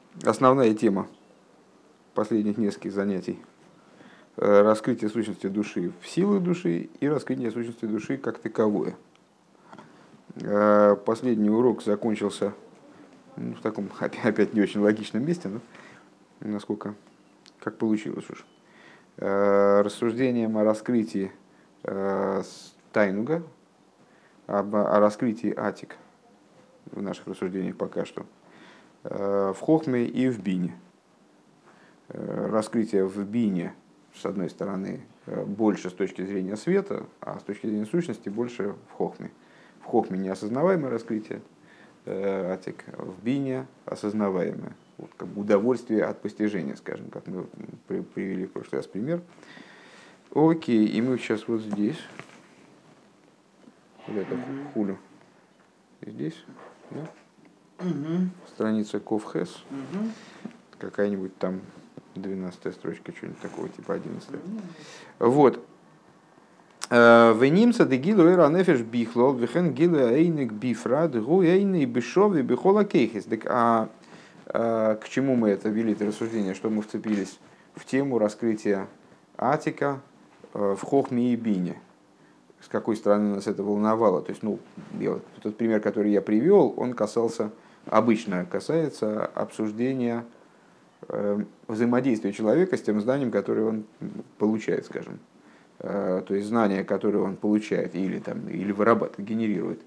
основная тема последних нескольких занятий. Раскрытие сущности души в силах души и раскрытие сущности души как таковое. Последний урок закончился в таком опять не очень логичном месте, но насколько как получилось уж. Рассуждением о раскрытии Тайнуга, о раскрытии Атик в наших рассуждениях пока что, в Хохме и в Бине. Раскрытие в Бине, с одной стороны, больше с точки зрения света, а с точки зрения сущности больше в Хохме. В Хохме неосознаваемое раскрытие Атик, в Бине осознаваемое. Вот, как бы удовольствие от постижения, скажем, как мы привели в прошлый раз пример. Окей, и мы сейчас вот здесь. Вот это хулю. Здесь, да? Страница Ковхес. Какая-нибудь там 12-я строчка, что-нибудь такого типа 11-я. Вот. Венимца де гилу эра нефеш бихлол, вехен гилу эйник бифрад, гу эйни бишови бихола кейхис. К чему мы это вели, это рассуждение, что мы вцепились в тему раскрытия Атика в Хохме и Бине. С какой стороны нас это волновало. То есть, тот пример, который я привел, он обычно касается обсуждения взаимодействия человека с тем знанием, которое он получает, скажем. То есть знание, которое он получает или вырабатывает, генерирует.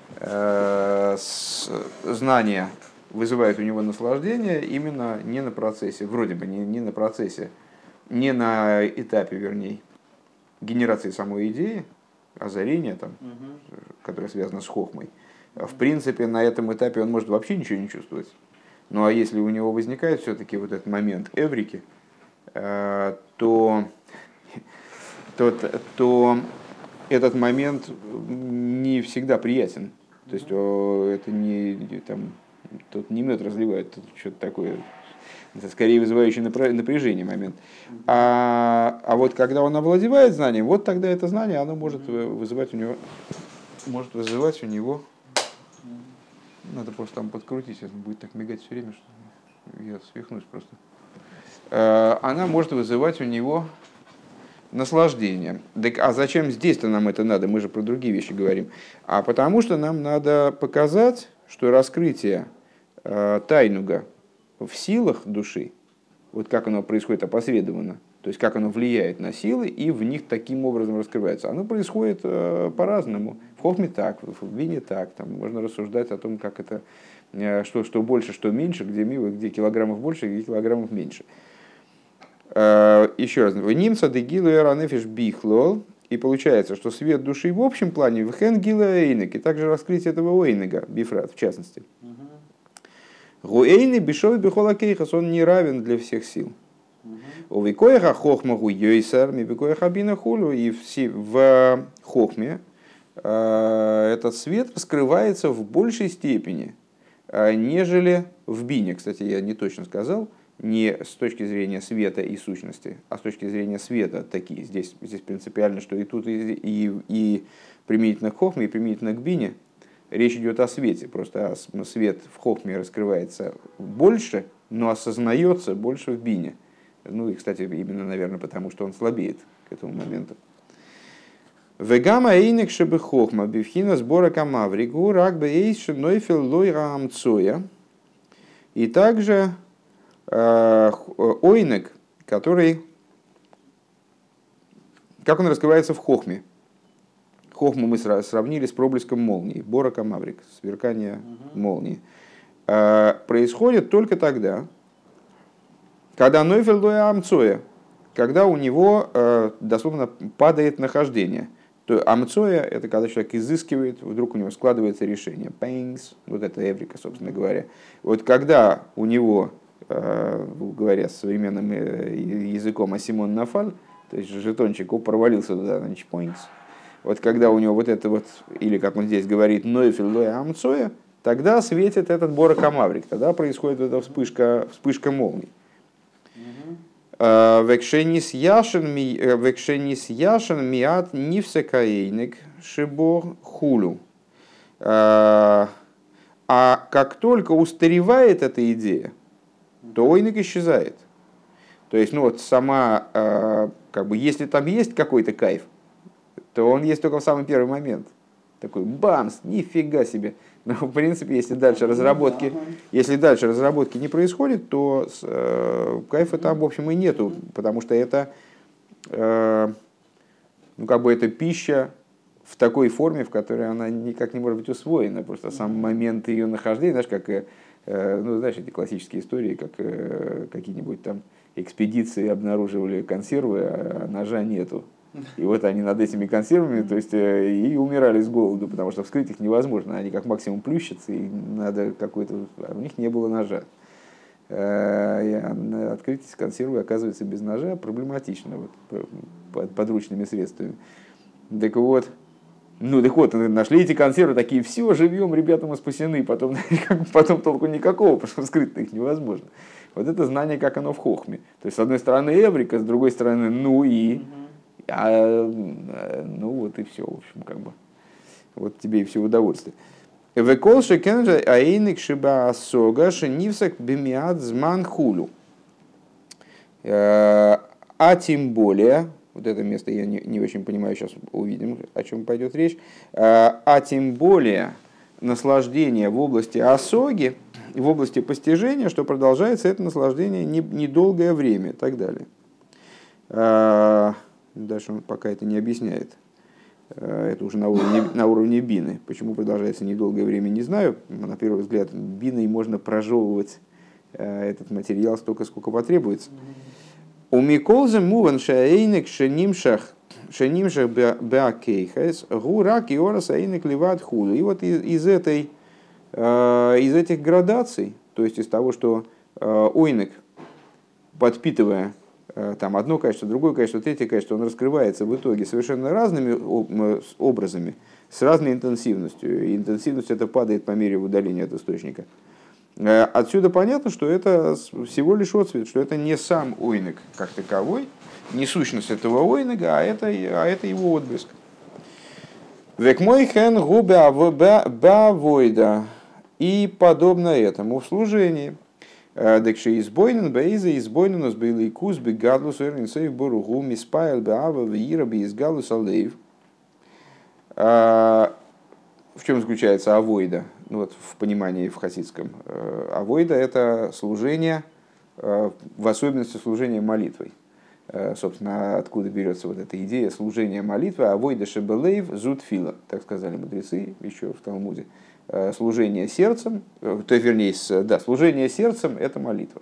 Знание вызывает у него наслаждение именно не на процессе, вроде бы не на процессе, не на этапе, вернее, генерации самой идеи, озарения, которое связано с хохмой. В принципе, на этом этапе он может вообще ничего не чувствовать. Ну а если у него возникает все-таки вот этот момент эврики, то этот момент не всегда приятен. То есть это тут не мед разливает, тут что-то такое, это скорее вызывающий напряжение момент. А вот когда он овладевает знанием, вот тогда это знание, оно может вызывать у него, надо просто там подкрутить, это будет так мигать все время, что я свихнусь просто. Она может вызывать у него наслаждение. Так, а зачем здесь-то нам это надо? Мы же про другие вещи говорим. А потому что нам надо показать, что раскрытие Тайнуга в силах души, вот как оно происходит опосредованно, то есть как оно влияет на силы и в них таким образом раскрывается. Оно происходит по-разному. В Хохме так, в Бине так. Там можно рассуждать о том, как это, что больше, что меньше, где килограммов больше, где килограммов меньше. Еще раз. Немца дегилу эранефиш бихлол. И получается, что свет души в общем плане вхен гила эйнек, и также раскрытие этого эйнега, бифрат в частности. Гуэйны бишов бихола кейхас, он не равен для всех сил. У викоеха хохма гуйойсар, ми викоеха бина хулю, и в хохме этот свет раскрывается в большей степени, нежели в бине. Кстати, я не точно сказал, не с точки зрения света и сущности, а с точки зрения света такие. Здесь принципиально, что и тут, и применительно к хохме, и применительно к бине. Речь идет о свете, просто свет в хохме раскрывается больше, но осознается больше в бине. Ну и, кстати, именно, наверное, потому что он слабеет к этому моменту. Вегама эйнек шебе хохма бифхина сбора камавригу рак бе эйш нойфел лойра амцоя. И также ойнек, который, как он раскрывается в хохме. Хохму мы сравнили с проблеском молнии, борока маврик, сверкание молнии. Происходит только тогда, когда нойфел лоя амцоя, когда у него дословно падает нахождение. То амцоя — это когда человек изыскивает, вдруг у него складывается решение. Пэнгс, вот это эврика, собственно говоря. Вот когда у него, говоря современным языком, асимон нафаль, то есть жетончик провалился туда, значит, пэнгс. Вот когда у него вот это вот, или как он здесь говорит, нойфел лоя амцоя, тогда светит этот борока маврик, тогда происходит эта вспышка молний. Векшенис яшен миат нивсекаейник шибор хулю. А как только устаревает эта идея, то ойник исчезает. То есть, ну вот сама, как бы, если там есть какой-то кайф, то он есть только в самый первый момент. Такой бамс, нифига себе. Но в принципе, если дальше разработки не происходит, то кайфа там, в общем, и нету, потому что это, ну, как бы это пища в такой форме, в которой она никак не может быть усвоена. Просто сам момент ее нахождения, знаешь, как, ну, знаешь, эти классические истории, как какие-нибудь там экспедиции обнаруживали консервы, а ножа нету. И вот они над этими консервами, то есть, и умирали с голоду, потому что вскрыть их невозможно. Они как максимум плющатся, и надо какой-то... А у них не было ножа. И открыть консервы, оказывается, без ножа проблематично вот, подручными средствами. Так вот, нашли эти консервы, такие, все, живем, ребята, мы спасены. Потом толку никакого, потому что вскрыть их невозможно. Вот это знание, как оно в хохме. То есть, с одной стороны, эврика, с другой стороны, ну и... ну вот и все, в общем, как бы. Вот тебе и все удовольствие. Веколши кенджа аэйник шиба асога шенивсак бимиад зман хулю. А тем более, вот это место я не очень понимаю, сейчас увидим, о чем пойдет речь. А тем более наслаждение в области осоги, в области постижения, что продолжается это наслаждение недолгое время и так далее. Дальше он пока это не объясняет. Это уже на уровне бины. Почему продолжается недолгое время, не знаю. На первый взгляд, биной можно прожевывать этот материал столько, сколько потребуется. У Миколза муван шаэйник шенимшах беакейхайс гурак и орас аэйник ливат худу. И вот из этих градаций, то есть из того, что ойник, подпитывая там одно качество, другое качество, третье качество, он раскрывается в итоге совершенно разными образами, с разной интенсивностью. И интенсивность это падает по мере удаления от источника. Отсюда понятно, что это всего лишь отцвет, что это не сам ойник как таковой, не сущность этого ойника, а это его отблеск. Век мой хен губя бавойда. И подобно этому в служении. Декши избойнен бейза избойнен с бейлый кус бегадлус эрнсейв боругу миспайл беава вира бейзгалус алейв. В чем заключается авойда? Ну, вот в понимании в хасидском. Авойда — это служение, в особенности служение молитвой. Собственно, откуда берется вот эта идея служения молитвы. Авойда шебелейв зутфила, так сказали мудрецы еще в Талмуде. Служение сердцем, то есть, вернее, служение сердцем — это молитва.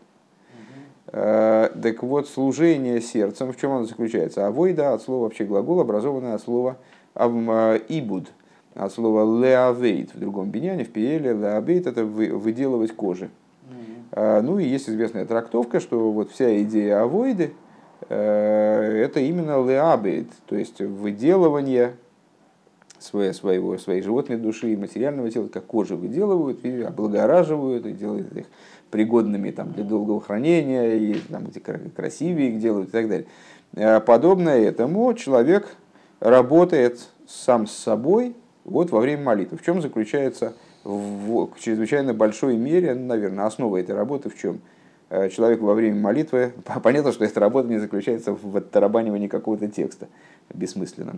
Так вот, служение сердцем, в чем оно заключается? Авойда от слова, вообще глагол, образованный от слова ибуд, от слова леавейт в другом биньяне, в пиеле леавейт — это выделывать кожи. Ну и есть известная трактовка, что вот вся идея авойды — это именно леавейт, то есть выделывание своей животной души и материального тела, как кожи выделывают и облагораживают, и делают их пригодными там, для долгого хранения, и там, красивее их делают и так далее. Подобно этому человек работает сам с собой вот во время молитвы. В чем заключается в чрезвычайно большой мере, наверное, основа этой работы в чем? Человек во время молитвы, понятно, что эта работа не заключается в оттарабанивании какого-то текста бессмысленном.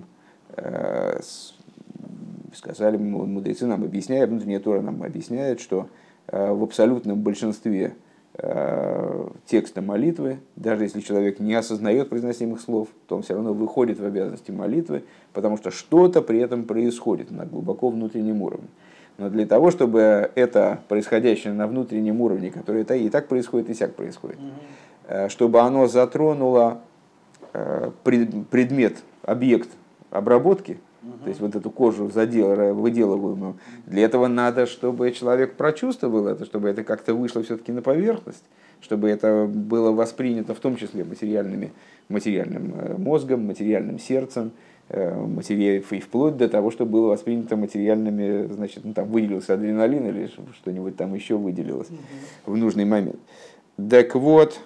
Сказали мудрецы, нам объясняют, внутренняя Тора нам объясняет, что в абсолютном большинстве текста молитвы, даже если человек не осознает произносимых слов, то он все равно выходит в обязанности молитвы, потому что что-то при этом происходит на глубоко внутреннем уровне. Но для того, чтобы это происходящее на внутреннем уровне, которое и так происходит, и сяк происходит, чтобы оно затронуло предмет, объект обработки, то есть вот эту кожу выделываемую, для этого надо, чтобы человек прочувствовал это, чтобы это как-то вышло все-таки на поверхность, чтобы это было воспринято в том числе материальным мозгом, материальным сердцем, и вплоть до того, что было воспринято материальными, значит, ну, там выделился адреналин или что-нибудь там еще выделилось в нужный момент. Так вот,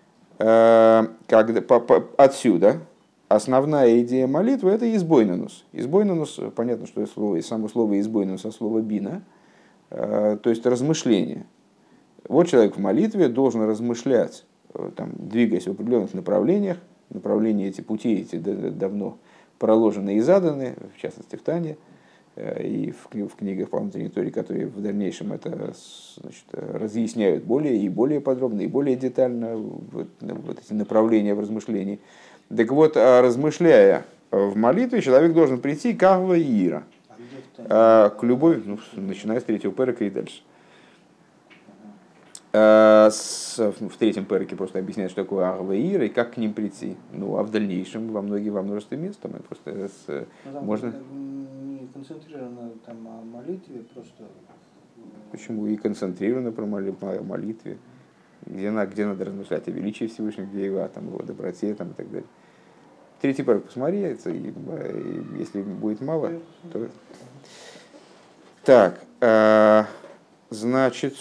отсюда основная идея молитвы — это избойнанус. Избойнанус, понятно, что само слово избойнанус, а слово бина, то есть размышление. Вот человек в молитве должен размышлять, там, двигаясь в определенных направлениях. Направления эти, пути эти давно проложены и заданы, в частности в Тане, и в книгах по внутренней Торе, которые в дальнейшем это, значит, разъясняют более и более подробно, и более детально вот эти направления в размышлении. Так вот, размышляя в молитве, человек должен прийти к Ахва и Ира, к любой, ну, начиная с 3-го перека и дальше. В 3-м переке просто объясняет, что такое Ахва и Ира и как к ним прийти. Ну, а в дальнейшем во множестве мест там просто можно... Не концентрировано там о молитве, просто... Почему и концентрировано про молитве, где надо размышлять о величии Всевышнего, где его, там, его доброте там, и так далее. 3-й перек посмотрится, и если будет мало, то... Так, значит,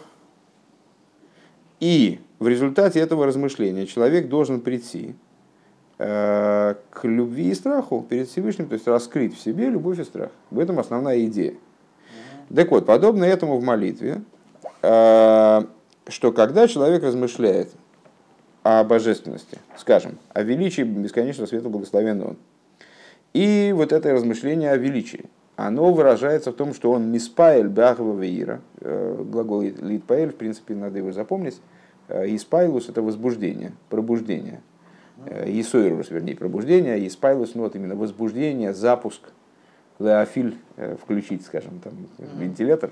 и в результате этого размышления человек должен прийти к любви и страху перед Всевышним, то есть раскрыть в себе любовь и страх. В этом основная идея. Так вот, подобно этому в молитве, что когда человек размышляет о божественности, скажем, о величии бесконечного света благословенного, и вот это размышление о величии, оно выражается в том, что он миспаэль бахва веира, глагол литпаэль, в принципе, надо его запомнить, испайлус — это возбуждение, пробуждение, исойрус, вернее, пробуждение, испайлус — ну вот именно возбуждение, запуск, леофиль включить, скажем, там, вентилятор.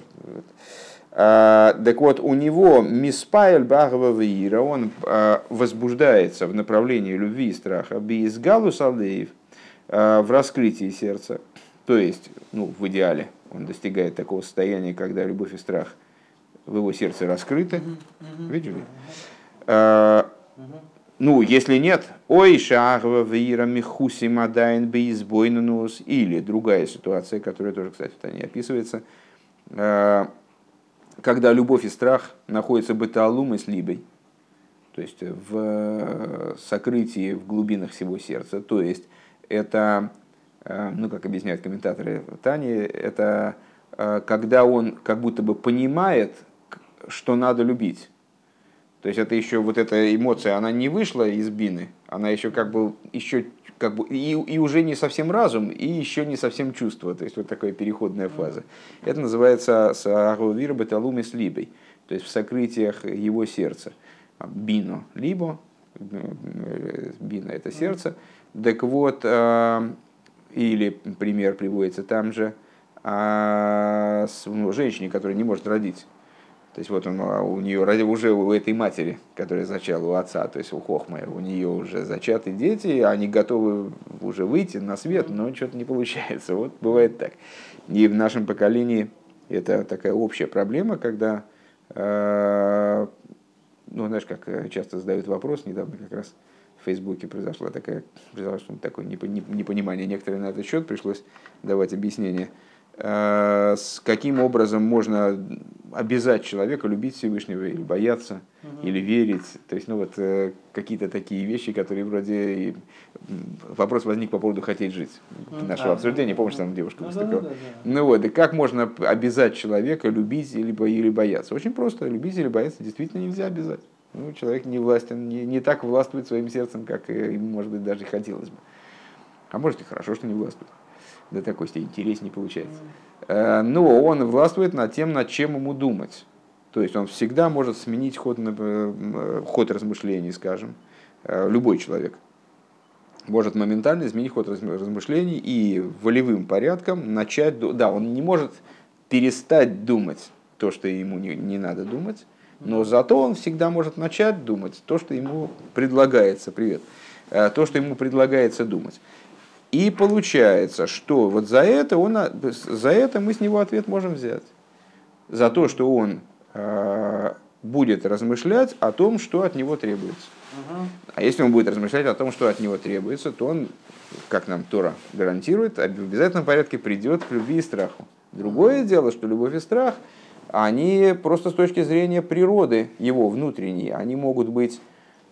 Так вот, у него миспаэль бахва веира, он возбуждается в направлении любви и страха, биизгалус алдеев, в раскрытии сердца. То есть, ну, в идеале он достигает такого состояния, когда любовь и страх в его сердце раскрыты. Видели? Ну, если нет, ой, шахва вира михуси мадайн бейсбойнунус, или другая ситуация, которая тоже, кстати, в Тане описывается, когда любовь и страх находятся бетаалумой с либой, то есть в сокрытии, в глубинах всего сердца, то есть это, ну, как объясняют комментаторы Тани, это когда он как будто бы понимает, что надо любить. То есть это еще вот эта эмоция, она не вышла из бины, она еще и уже не совсем разум, и еще не совсем чувство. То есть вот такая переходная фаза. Это называется саагувир беталуми с либой, то есть в сокрытиях его сердца. Бино либо, бина — это сердце. Так вот, или пример приводится там же, женщине, которая не может родить. То есть вот у нее уже у этой матери, которая зачала у отца, то есть у Хохмы, у нее уже зачаты дети, они готовы уже выйти на свет, но что-то не получается. Вот бывает так. И в нашем поколении это такая общая проблема, когда, ну, знаешь, как часто задают вопрос, недавно как раз в Фейсбуке произошло такое непонимание некоторые на этот счет, пришлось давать объяснение. С каким образом можно обязать человека любить Всевышнего или бояться, или верить. То есть, ну вот какие-то такие вещи, которые вроде... Вопрос возник по поводу «хотеть жить». Нашего обсуждения, помнишь, там девушка выступила. Ну вот, и как можно обязать человека любить или бояться? Очень просто. Любить или бояться действительно нельзя обязать. Ну, человек не властен, не так властвует своим сердцем, как ему, может быть, даже хотелось бы. А может, и хорошо, что не властвует. До такой степени интереснее получается. Но он властвует над тем, над чем ему думать. То есть он всегда может сменить ход размышлений, скажем. Любой человек может моментально изменить ход размышлений и волевым порядком начать... Да, он не может перестать думать то, что ему не надо думать, но зато он всегда может начать думать то, что ему предлагается. То, что ему предлагается думать. И получается, что вот за это мы с него ответ можем взять. За то, что он будет размышлять о том, что от него требуется. А если он будет размышлять о том, что от него требуется, то он, как нам Тора гарантирует, в обязательном порядке придет к любви и страху. Другое дело, что любовь и страх, они просто с точки зрения природы его внутренней, они могут быть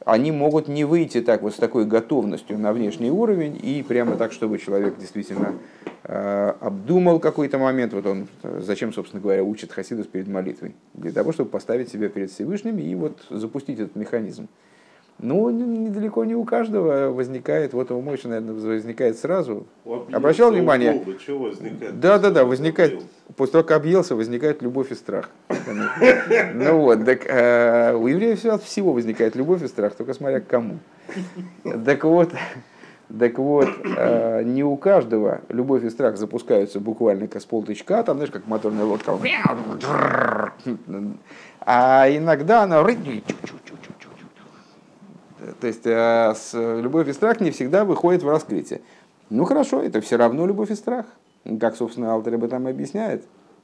они могут не выйти так вот с такой готовностью на внешний уровень и прямо так, чтобы человек действительно обдумал какой-то момент. Вот он, зачем, собственно говоря, учит хасидус перед молитвой? Для того, чтобы поставить себя перед Всевышним и вот запустить этот механизм. Ну, недалеко не у каждого возникает, вот у Мойши, наверное, возникает сразу. Обращал внимание? Да, возникает, после того, как объелся, возникает любовь и страх. Ну вот, так у евреев от всего возникает любовь и страх, только смотря к кому. Так вот, не у каждого любовь и страх запускаются буквально как с полтычка, там, знаешь, как моторная лодка. А иногда она... То есть любовь и страх не всегда выходит в раскрытие. Ну хорошо, это все равно любовь и страх. Как, собственно, Алтер Ребе там объясняет.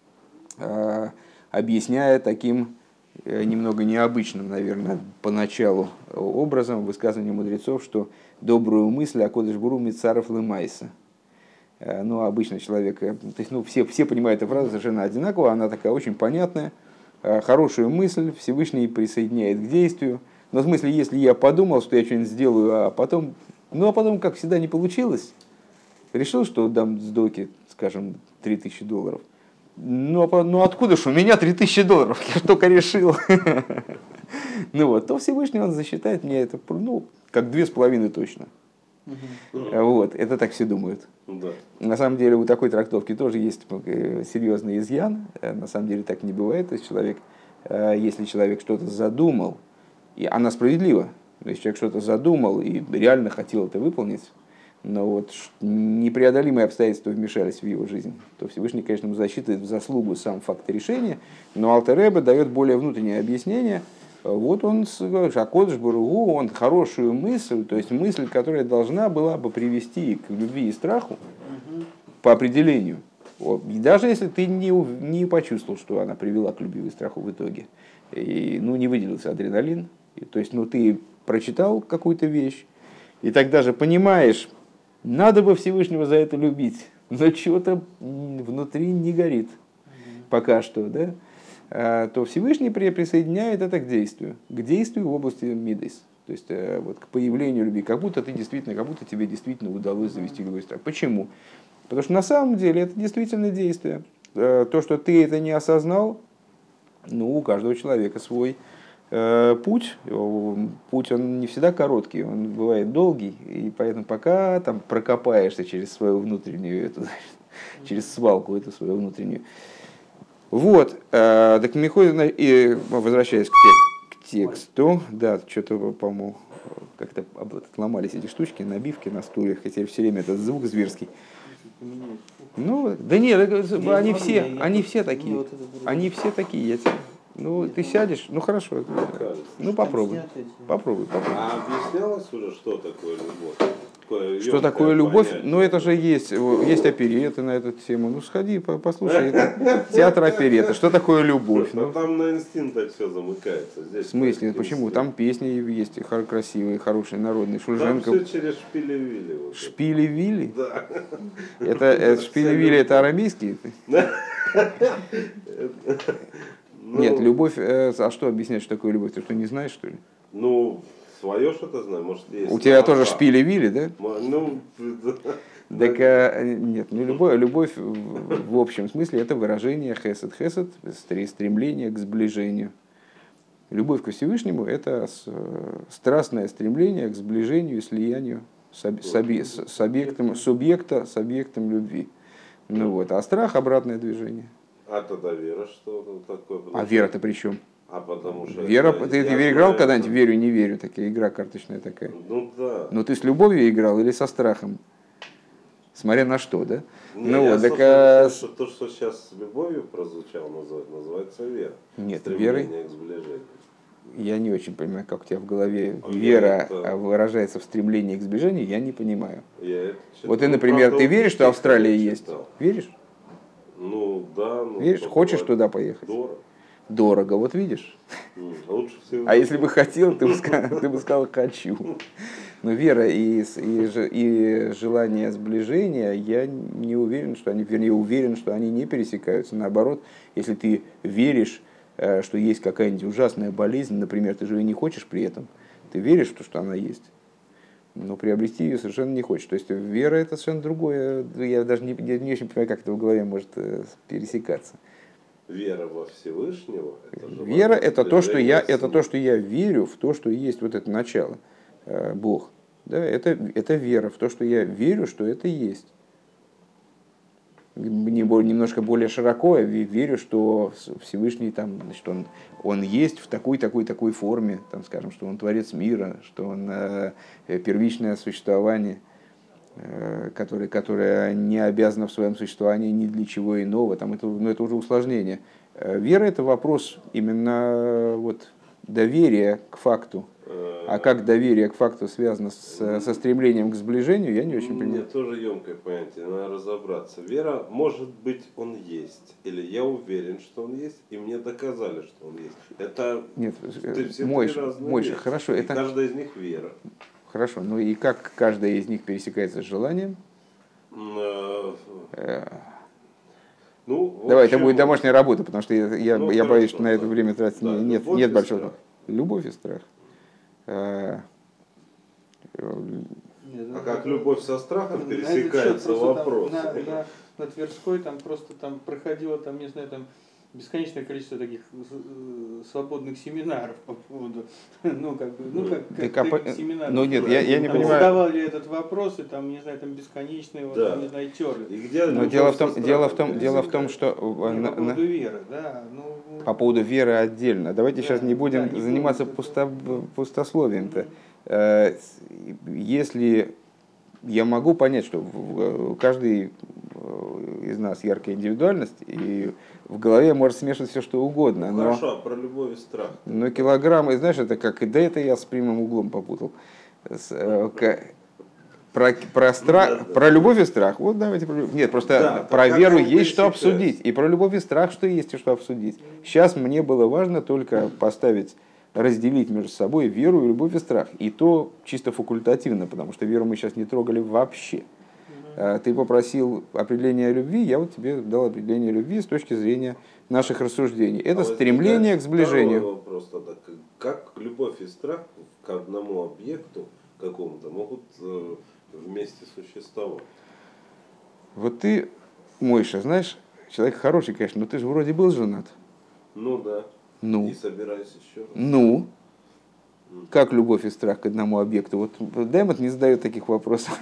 Объясняя таким немного необычным, наверное, поначалу образом высказывания мудрецов, что добрую мысль акодыш буру мицаров лымайса. Ну, обычно человек, то есть, ну, все понимают эту фразу совершенно одинаково, она такая очень понятная. Хорошую мысль Всевышний присоединяет к действию. Но в смысле, если я подумал, что я что-нибудь сделаю, а потом, как всегда, не получилось, решил, что дам сдоке, скажем, $3000. Ну откуда ж у меня $3000? Я ж только решил. Ну вот, то Всевышний он засчитает мне это, ну, как 2,5 точно. Вот, это так все думают. На самом деле у такой трактовки тоже есть серьезный изъян. На самом деле так не бывает. То есть если человек что-то задумал, и она справедлива, если человек что-то задумал и реально хотел это выполнить, но вот непреодолимые обстоятельства вмешались в его жизнь, то Всевышний, конечно, ему засчитывает в заслугу сам факт решения, но Алтер Ребе дает более внутреннее объяснение. Вот он, Акодыш Баругу, он хорошую мысль, то есть мысль, которая должна была бы привести к любви и страху по определению. И даже если ты не почувствовал, что она привела к любви и страху в итоге, и, ну, не выделился адреналин, то есть, ну, ты прочитал какую-то вещь, и тогда же понимаешь, надо бы Всевышнего за это любить, но чего-то внутри не горит пока что, да? То Всевышний присоединяет это к действию в области мидейс, то есть вот, к появлению любви, как будто тебе действительно удалось завести любой страх. Почему? Потому что на самом деле это действительно действие. То, что ты это не осознал, ну, у каждого человека свой путь. Путь он не всегда короткий, он бывает долгий, и поэтому пока там прокопаешься через свою внутреннюю, через свалку эту свою внутреннюю. Вот, так и возвращаясь к тексту, да, что-то, по-моему, как-то отломались эти штучки, набивки на стульях, хотя все время этот звук зверский. Ну, да нет, они все такие, я тебе... Ну, ты сядешь, ну хорошо, ну попробуй. А объяснялось уже, что такое любовь? Что такое любовь? Ну, это же есть опереты на эту тему. Ну, сходи, послушай, это театр опереты. Что такое любовь? Там на инстинктах все замыкается. Здесь в смысле? Почему? Там песни есть красивые, хорошие, народные. Шульженко. Там все через Шпили-Вилли. Вот Шпили-Вилли? Да. Это Шпили-Вилли, это арамейский? Нет, любовь, а что объяснять, что такое любовь? Ты что, не знаешь, что ли? Ну, свое что-то знаю, может, есть. У тебя тоже Шпили-Вилли, да? Ну, так нет, ну любовь в общем смысле это выражение хесед. Хесед – стремление к сближению. Любовь ко Всевышнему – это страстное стремление к сближению и слиянию с объектом любви. Ну вот, а страх – обратное движение. А тогда вера что такое? А вера-то при чем? Потому что вера, ты играл когда-нибудь в верю, не верю, такая игра карточная такая? Ну да. Но ты с любовью играл или со страхом? Смотря на что, да? Я слышал, что то, что сейчас с любовью прозвучало, называется вера. Нет, верой. К сближению. Я не очень понимаю, как у тебя в голове вера выражается в стремлении к сближению, я не понимаю. Вот ты, например, ты веришь, что Австралия есть? Веришь? Ну да. Веришь? Хочешь туда поехать? Дорого, вот видишь. Лучше всего. А если бы хотел, ты бы сказал «хочу». Но вера и желание сближения, я не уверен, что они, вернее, уверен, что они не пересекаются. Наоборот, если ты веришь, что есть какая-нибудь ужасная болезнь, например, ты же ее не хочешь при этом, Ты веришь в то, что она есть, но приобрести ее совершенно не хочешь. То есть вера это совершенно другое. Я даже не очень понимаю, как это в голове может пересекаться. Вера во Всевышнего – это желание Вера это то, сближения что я верю в то, что есть вот это начало, Бог. Да, это вера в то, что я верю, что это есть. Немножко более широко я верю, что Всевышний там, значит, он есть в такой форме, там, скажем, что он творец мира, что он первичное существование, которое не обязано в своем существовании ни для чего иного. Там это уже усложнение. Вера это вопрос именно вот, доверия к факту. А как доверие к факту связано со стремлением к сближению, я не очень понимаю. Мне тоже емкое понятие, надо разобраться. Вера, может быть, он есть. Или я уверен, что он есть, и мне доказали, что он есть. Это нет, все Мойша, три разные вещи. Хорошо, и каждая из них вера. Хорошо, ну и как каждая из них пересекается с желанием? Давай, это будет домашняя работа, потому что я боюсь, что на это время тратить нет большого. Любовь и страх. Как любовь со страхом пересекается вопрос. На Тверской там просто там проходило там, не знаю, там бесконечное количество таких свободных семинаров по поводу, таких семинаров. Ну нет, я не понимаю. Задавали этот вопрос, и там, не знаю, там бесконечные, вот, там, не знаю, терли. Но дело в том, что по поводу веры, да. По поводу веры отдельно. Давайте сейчас не будем заниматься пустословием-то. Если я могу понять, что каждый из нас яркая индивидуальность, и в голове может смешивать все, что угодно. Хорошо, про любовь и страх. Но килограммы, знаешь, это как, да это я с прямым углом попутал. Про страх, про любовь и страх. Вот давайте про любовь. Нет, просто про веру есть что обсудить. И про любовь и страх что есть и что обсудить. Сейчас мне было важно только разделить между собой веру и любовь и страх. И то чисто факультативно, потому что веру мы сейчас не трогали вообще. Ты попросил определения любви, я вот тебе дал определение любви с точки зрения наших рассуждений. Это стремление к сближению. Второй вопрос тогда. Как любовь и страх к одному объекту какому-то могут вместе существовать? Вот ты, Мойша, знаешь, человек хороший, конечно, но ты же вроде был женат. Ну да. Ну. И собираюсь еще раз. Ну. Как любовь и страх к одному объекту? Вот Дэмот не задает таких вопросов.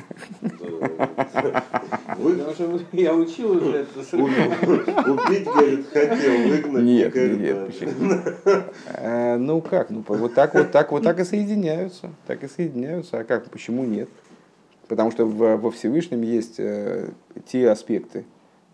Я учил уже это. Убить, говорит, хотел, выгнать. Нет, почему? Ну как? Ну вот так и соединяются. Так и соединяются. А как? Почему нет? Потому что во Всевышнем есть те аспекты,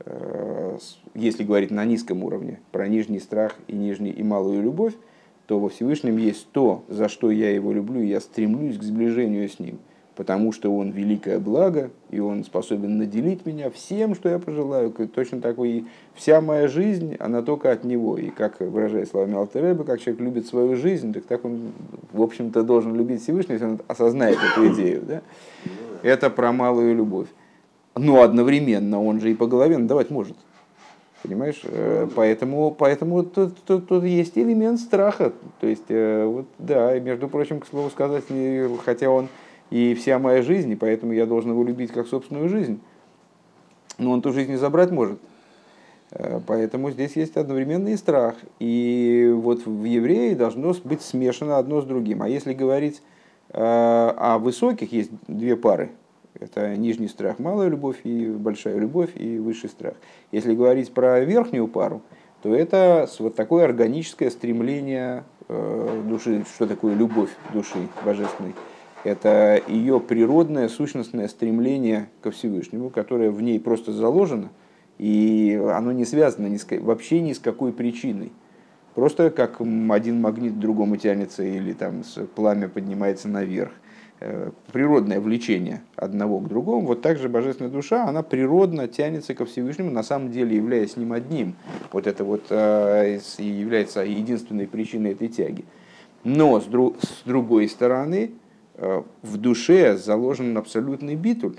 если говорить на низком уровне, про нижний страх и малую любовь, то во Всевышнем есть то, за что я его люблю, и я стремлюсь к сближению с ним, потому что он великое благо, и он способен наделить меня всем, что я пожелаю. Точно так и вся моя жизнь, она только от него. И как выражает словами Алтер Ребе, как человек любит свою жизнь, так он, в общем-то, должен любить Всевышнего, если он осознает эту идею. Да? Это про малую любовь. Но одновременно он же и по голове надавать может. Понимаешь? Поэтому тут есть элемент страха. То есть, вот, да, и между прочим, к слову сказать, хотя он и вся моя жизнь, и поэтому я должен его любить как собственную жизнь, но он ту жизнь не забрать может. Поэтому здесь есть одновременный страх. И вот в евреи должно быть смешано одно с другим. А если говорить о высоких, есть две пары. Это нижний страх, малая любовь, и большая любовь, и высший страх. Если говорить про верхнюю пару, то это вот такое органическое стремление души. Что такое любовь души божественной? Это ее природное, сущностное стремление ко Всевышнему, которое в ней просто заложено, и оно не связано вообще ни с какой причиной. Просто как один магнит к другому тянется, или там пламя поднимается наверх. Природное влечение одного к другому, вот так же божественная душа, она природно тянется ко Всевышнему, на самом деле являясь с ним одним. Вот это вот является единственной причиной этой тяги. Но с другой стороны, в душе заложен абсолютный битуль,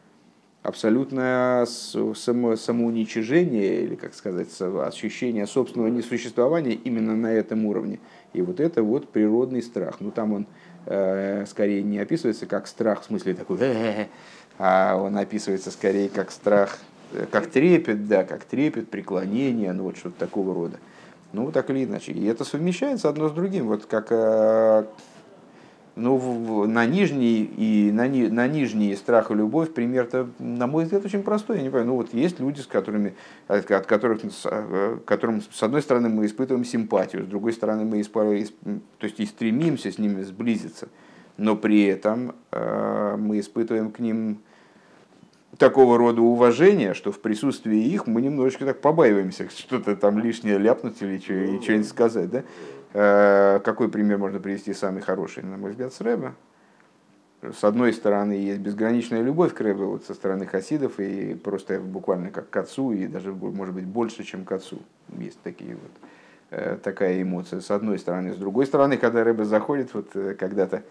абсолютное самоуничижение, или, как сказать, ощущение собственного несуществования именно на этом уровне. И вот это вот природный страх. Ну там он скорее не описывается как страх, в смысле такой, а он описывается скорее как страх, как трепет, да, как трепет, преклонение, ну вот что-то такого рода. Ну, так или иначе. И это совмещается одно с другим. Вот как на нижний на нижний страх и любовь пример-то, на мой взгляд, очень простой. Я не понимаю. Ну, вот есть люди, от которых, которым, с одной стороны, мы испытываем симпатию, с другой стороны, мы то есть и стремимся с ними сблизиться, но при этом мы испытываем к ним такого рода уважение, что в присутствии их мы немножечко так побаиваемся, что-то там лишнее ляпнуть или что-нибудь сказать. Да? Какой пример можно привести самый хороший, на мой взгляд, с Рэбе? С одной стороны, есть безграничная любовь к Рэбе вот со стороны хасидов, и просто буквально как к отцу, и даже, может быть, больше, чем к отцу. Есть такие вот, такая эмоция, с одной стороны. С другой стороны, когда Рэбе заходит, вот когда-то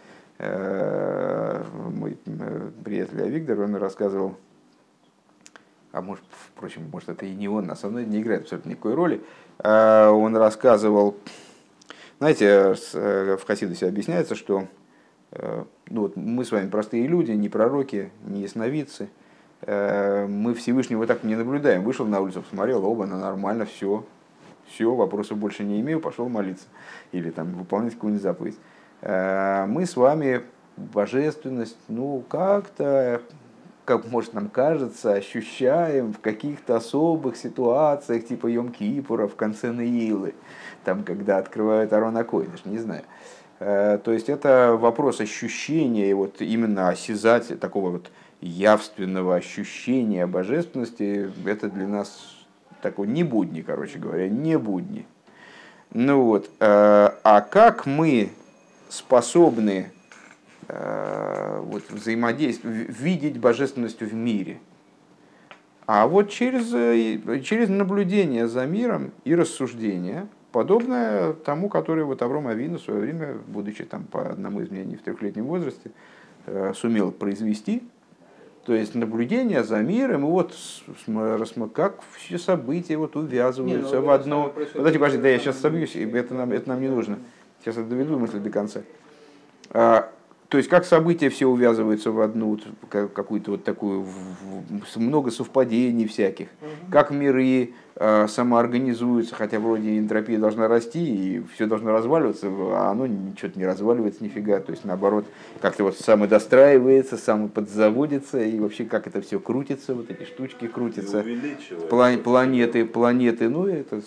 мой приятель Авигдор, он рассказывал, а может, впрочем, может, это и не он, на самом деле не играет абсолютно никакой роли, он рассказывал, знаете, в Хасидусе объясняется, что ну, вот мы с вами простые люди, не пророки, не ясновидцы, мы Всевышнего так не наблюдаем. Вышел на улицу, посмотрел, оба, нормально, все, вопросов больше не имею, пошел молиться или там выполнять какую-нибудь заповедь. Мы с вами божественность, ну, как-то, как может нам кажется, ощущаем в каких-то особых ситуациях, типа Йом-Кипура в конце Неилы, там, когда открывают Арон а-Койдыш, не знаю. То есть это вопрос ощущения, вот именно осязать такого вот явственного ощущения божественности, это для нас такой не будни, короче говоря, не будни. Ну вот, а как мы способны вот, взаимодействовать, видеть божественность в мире? А вот через наблюдение за миром и рассуждение, подобное тому, которое вот Авром Авину в свое время, будучи там, по одному из мнений в 3-летнем возрасте, сумел произвести. То есть наблюдение за миром, и вот как все события вот увязываются в одно. Подожди, да я сейчас собьюсь, это нам не нужно. Сейчас я доведу мысль до конца. То есть как события все увязываются в одну какую-то вот такую, много совпадений всяких, как миры самоорганизуются, хотя вроде энтропия должна расти и все должно разваливаться, а оно что-то не разваливается нифига, то есть наоборот как-то вот самодостраивается, самоподзаводится, и вообще как это все крутится, вот эти штучки крутятся, планеты, ну это...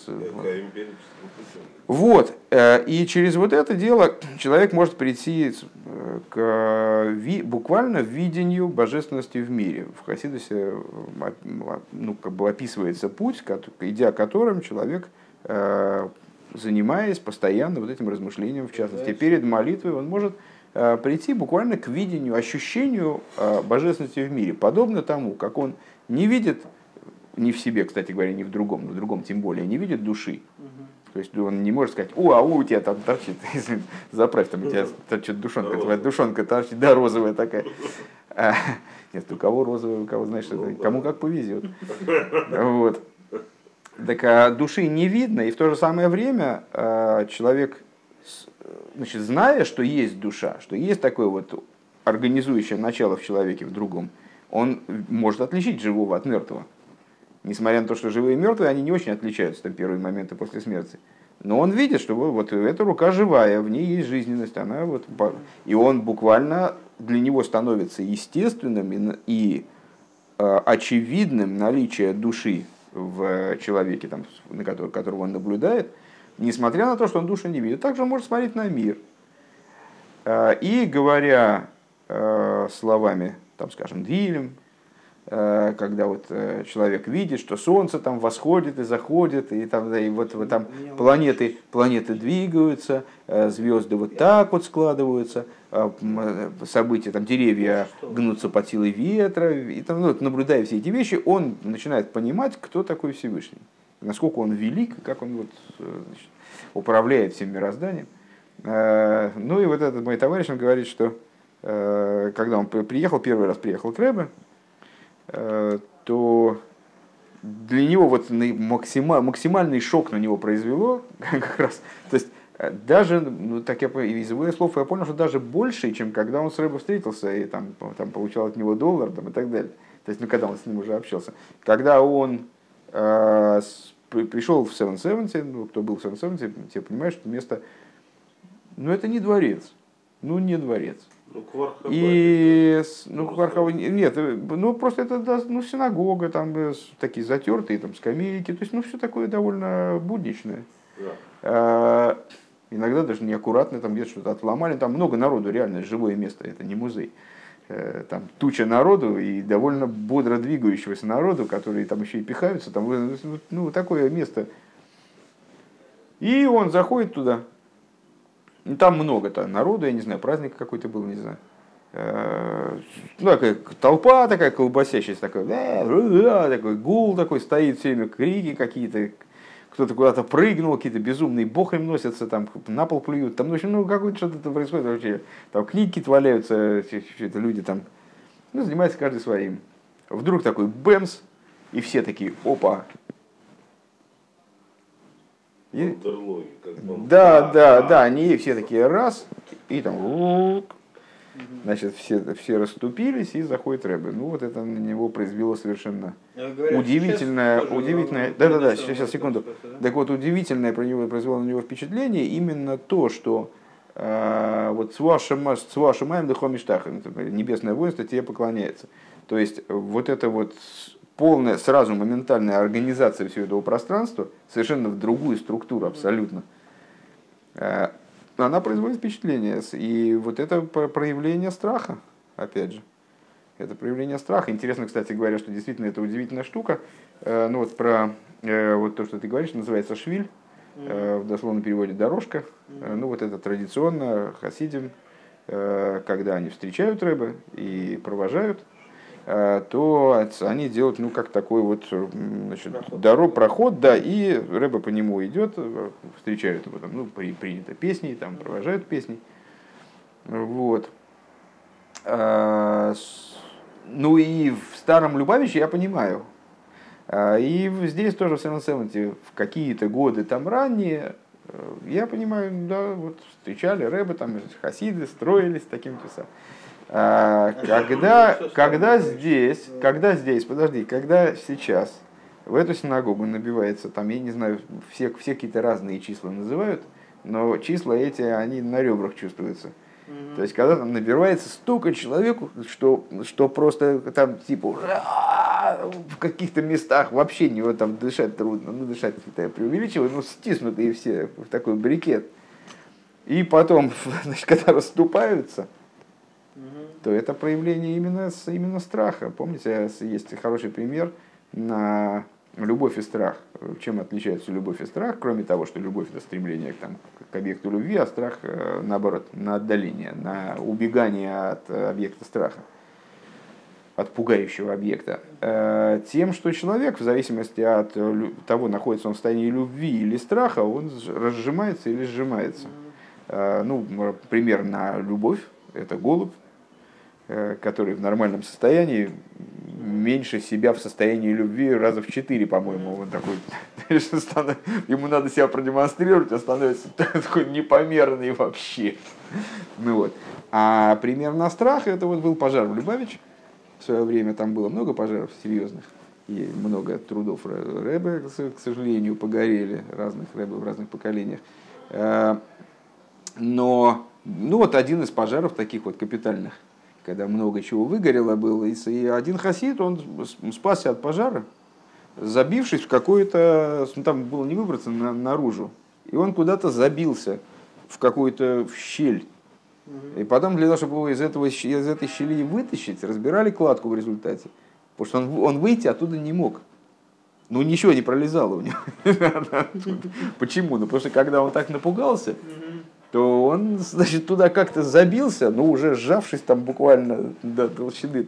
Вот, и через вот это дело человек может прийти к буквально видению божественности в мире. В Хасидусе ну, как бы описывается путь, идя которым человек, занимаясь постоянно вот этим размышлением, в частности, перед молитвой, он может прийти буквально к видению, ощущению божественности в мире, подобно тому, как он не видит, не в себе, кстати говоря, не в другом, но в другом тем более, не видит души. То есть он не может сказать, у тебя там торчит, заправь, там у тебя торчит душонка, твоя душонка торчит, да, розовая такая. Нет, у кого розовая, у кого, знаешь, кому как повезет. Вот. Так а души не видно, и в то же самое время человек, значит, зная, что есть душа, что есть такое вот организующее начало в человеке, в другом, он может отличить живого от мертвого. Несмотря на то, что живые и мертвые, они не очень отличаются там первые моменты после смерти. Но он видит, что вот эта рука живая, в ней есть жизненность. Она вот, и он буквально для него становится естественным и очевидным наличие души в человеке, там, на которого он наблюдает, несмотря на то, что он душу не видит. Также он может смотреть на мир. И говоря словами, там, скажем, Дилем, когда вот человек видит, что солнце там восходит и заходит, и там, да, и вот там планеты двигаются, звезды вот так вот складываются, события, там деревья гнутся под силой ветра, и там, ну, наблюдая все эти вещи, он начинает понимать, кто такой Всевышний, насколько он велик, как он вот, значит, управляет всем мирозданием. Ну и вот этот мой товарищ, он говорит, что когда он первый раз приехал к Ребе, то для него вот максимальный шок на него произвело как раз, то есть Даже, ну, так из его слов я понял, что даже больше, чем когда он с Рэбе встретился и там получал от него доллар там, и так далее. То есть, ну, когда он с ним уже общался. Когда он пришел в 770, ну, кто был в 770, те понимают, что место, ну, это не дворец. Ну, не дворец. Ну, Квархаба. И, ну, Квархаба, нет, ну, просто это, ну, синагога, там такие затертые, там, скамейки, то есть, ну, все такое довольно будничное. Да. Иногда даже неаккуратно, там где-то что-то отломали, там много народу, реально живое место, это не музей. Там туча народу и довольно бодро двигающегося народу, которые там еще и пихаются, там, ну, такое место. И он заходит туда, и там много народу, я не знаю, праздник какой-то был, не знаю. Ну, такая толпа такая колбасящаяся, такой гул такой стоит, все время крики какие-то, кто-то куда-то прыгнул, какие-то безумные бохры носятся, там на пол плюют, там, ну, какое-то что-то происходит вообще, там книги какие-то валяются, люди там, ну, занимаются каждый своим. Вдруг такой бэмс, и все такие, опа. И... Да, они все такие раз, и там, значит, все расступились, и заходит Рэбе. Ну, вот это на него произвело совершенно удивительное, да, сейчас, секунду. Так вот, удивительное произвело на него впечатление именно то, что вот «Цвашамаем дыхомиштах», небесное воинство тебе поклоняется. То есть, вот это вот полная, сразу моментальная организация всего этого пространства, совершенно в другую структуру абсолютно, она производит впечатление. И вот это проявление страха, опять же. Это проявление страха. Интересно, кстати говоря, что действительно это удивительная штука. Ну вот про вот то, что ты говоришь, называется швиль, в дословном переводе дорожка. Ну вот это традиционно хасидим, когда они встречают Рэбе и провожают, то они делают, ну, как такой вот, значит, проход, да, и Рэбе по нему идет, встречают его, там, ну, принято песней, там, провожают песней. Вот. Ну и в старом Любавиче я понимаю. И здесь тоже в 770 в какие-то годы там ранние, я понимаю, да, вот встречали Рэбе, там хасиды строились таким часом. Когда здесь, когда сейчас в эту синагогу набивается, там, я не знаю, все какие-то разные числа называют, но числа эти, они на ребрах чувствуются. То есть, когда там набирается столько человеку, что просто там, типа, в каких-то местах вообще не вот, там дышать трудно, ну, дышать я преувеличиваю, но стиснутые все в такой брикет. И потом, значит, когда расступаются, то это проявление именно страха. Помните, есть хороший пример на любовь и страх. Чем отличаются любовь и страх, кроме того, что любовь это стремление к объекту любви, а страх наоборот, на отдаление, на убегание от объекта страха, от пугающего объекта. Тем, что человек, в зависимости от того, находится он в состоянии любви или страха, он разжимается или сжимается. Ну, пример на любовь – это голубь, который в нормальном состоянии меньше себя в состоянии любви раза в 4, по-моему. Он такой, ему надо себя продемонстрировать, а становится такой непомерный вообще. Ну, вот. А пример на страх, это вот был пожар в Любавиче. В свое время там было много пожаров серьезных. И много трудов Рэбе, к сожалению, погорели, разных Рэбе в разных поколениях. Но, ну вот один из пожаров таких вот капитальных, когда много чего выгорело было, и один хасид, он спасся от пожара, забившись в какое-то, ну, там было не выбраться наружу, и он куда-то забился в какую-то щель. И потом для того, чтобы его из этой щели вытащить, разбирали кладку в результате, потому что он выйти оттуда не мог. Ну, ничего не пролезало у него. Почему? Ну, потому что когда он так напугался, то он, значит, туда как-то забился, но уже сжавшись там буквально до толщины,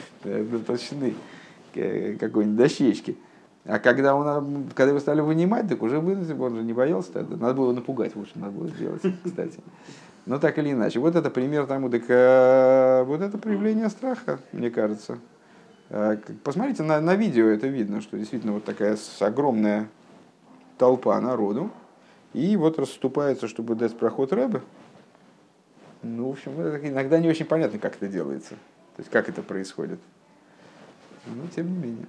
какой-нибудь дощечки. А когда его стали вынимать, так уже выносил, он же не боялся тогда. Надо было напугать, лучше надо было сделать, кстати. Но так или иначе. Вот это пример тому, так вот это проявление страха, мне кажется. Посмотрите на видео, это видно, что действительно вот такая огромная толпа народу. и вот расступаются, чтобы дать проход Ребе. Ну, в общем, иногда не очень понятно, как это делается, то есть как это происходит. Но тем не менее.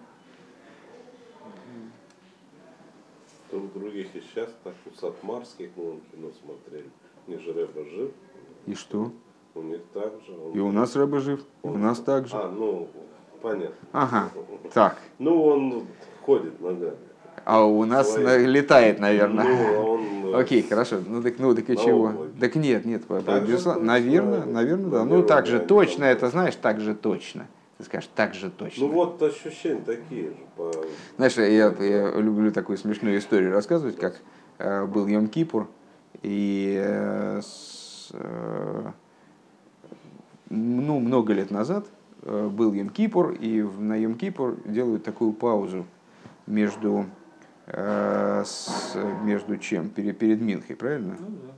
То в других и сейчас так, у Сатмарских, мы кино смотрели, у них же Рэба жив. И что? У них так же. И у нас Рэба жив, и у нас так же. Ну, понятно. Ага, так. Ну, он ходит ногами. А у нас летает, наверное. Ну, он... Окей, хорошо. Ну так и чего? Так нет, наверное, да. Ну так же точно, это знаешь, так же точно. Ты скажешь, так же точно. Ну вот ощущения такие же. Знаешь, я люблю такую смешную историю рассказывать, как был Йом-Кипур, и ну, много лет назад был Йом-Кипур, и на Йом-Кипур делают такую паузу между чем? Перед Минхой, правильно? Ну, да.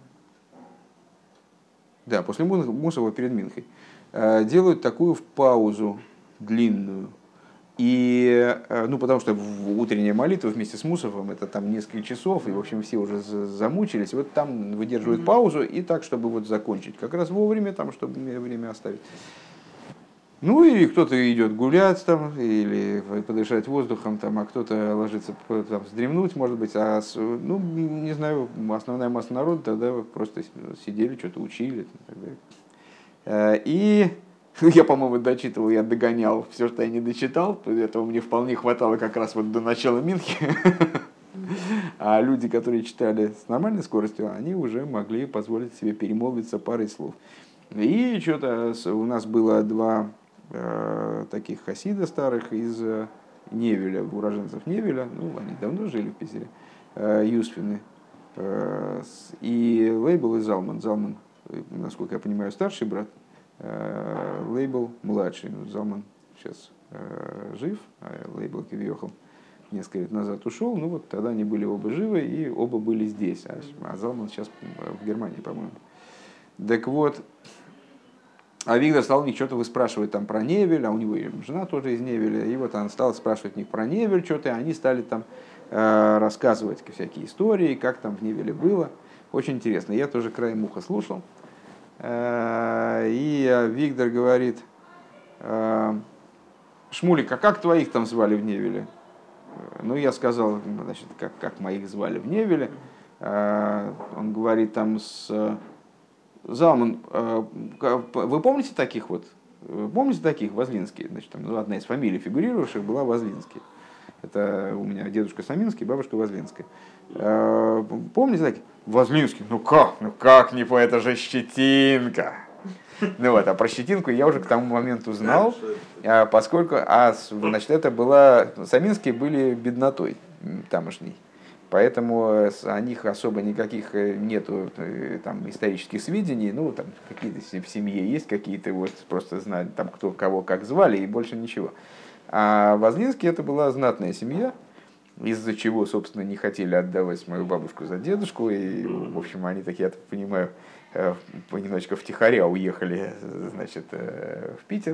Да, после Мусова перед Минхой. Делают такую паузу длинную. И, ну, потому что утренняя молитва вместе с Мусовым это там несколько часов, и, в общем, все уже замучились. И вот там выдерживают паузу, и так, чтобы вот закончить. Как раз вовремя, там, чтобы время оставить. Ну и кто-то идет гулять там, или подышать воздухом, там, а кто-то ложится там, вздремнуть, может быть, ну, не знаю, основная масса народа тогда просто сидели, что-то учили. И так далее. И я, по-моему, дочитывал, я догонял все, что я не дочитал, этого мне вполне хватало как раз вот до начала Минхи. А люди, которые читали с нормальной скоростью, они уже могли позволить себе перемолвиться парой слов. И что-то у нас было два таких хасида старых из Невеля, уроженцев Невеля, ну, они давно жили в Питере, Юсфины, и Лейбл и Залман. Залман, насколько я понимаю, старший брат, Лейбл младший. Залман сейчас жив, а Лейбл Кивьехал несколько лет назад ушел, ну вот тогда они были оба живы и оба были здесь, а Залман сейчас в Германии, по-моему. Так вот, а Виктор стал у них что-то выспрашивать там про Невель, а у него и жена тоже из Невеля, и вот она стала спрашивать у них про Невель что-то, и они стали там рассказывать всякие истории, как там в Невеле было. Очень интересно. Я тоже краем уха слушал. И Виктор говорит: Шмулик, а как твоих там звали в Невеле? Ну, я сказал, значит, как моих звали в Невеле. Он говорит там Залман, вы помните таких вот? Помните таких, Возлинский? Значит, там, одна из фамилий фигурировавших была Возлинский. Это у меня дедушка Саминский, бабушка Возлинская. Помните таких? Возлинский, ну как не по, это же Щетинка. Ну вот, а про Щетинку я уже к тому моменту знал, поскольку, значит, это была, Саминские были беднотой тамошней. Поэтому о них особо никаких нету там, исторических сведений. Ну, там какие-то в семье есть какие-то, вот просто знать, там, кто кого как звали, и больше ничего. А Возлинские это была знатная семья, из-за чего, собственно, не хотели отдавать мою бабушку за дедушку. И, в общем, они такие, я так понимаю, немножечко втихаря уехали, значит, в Питер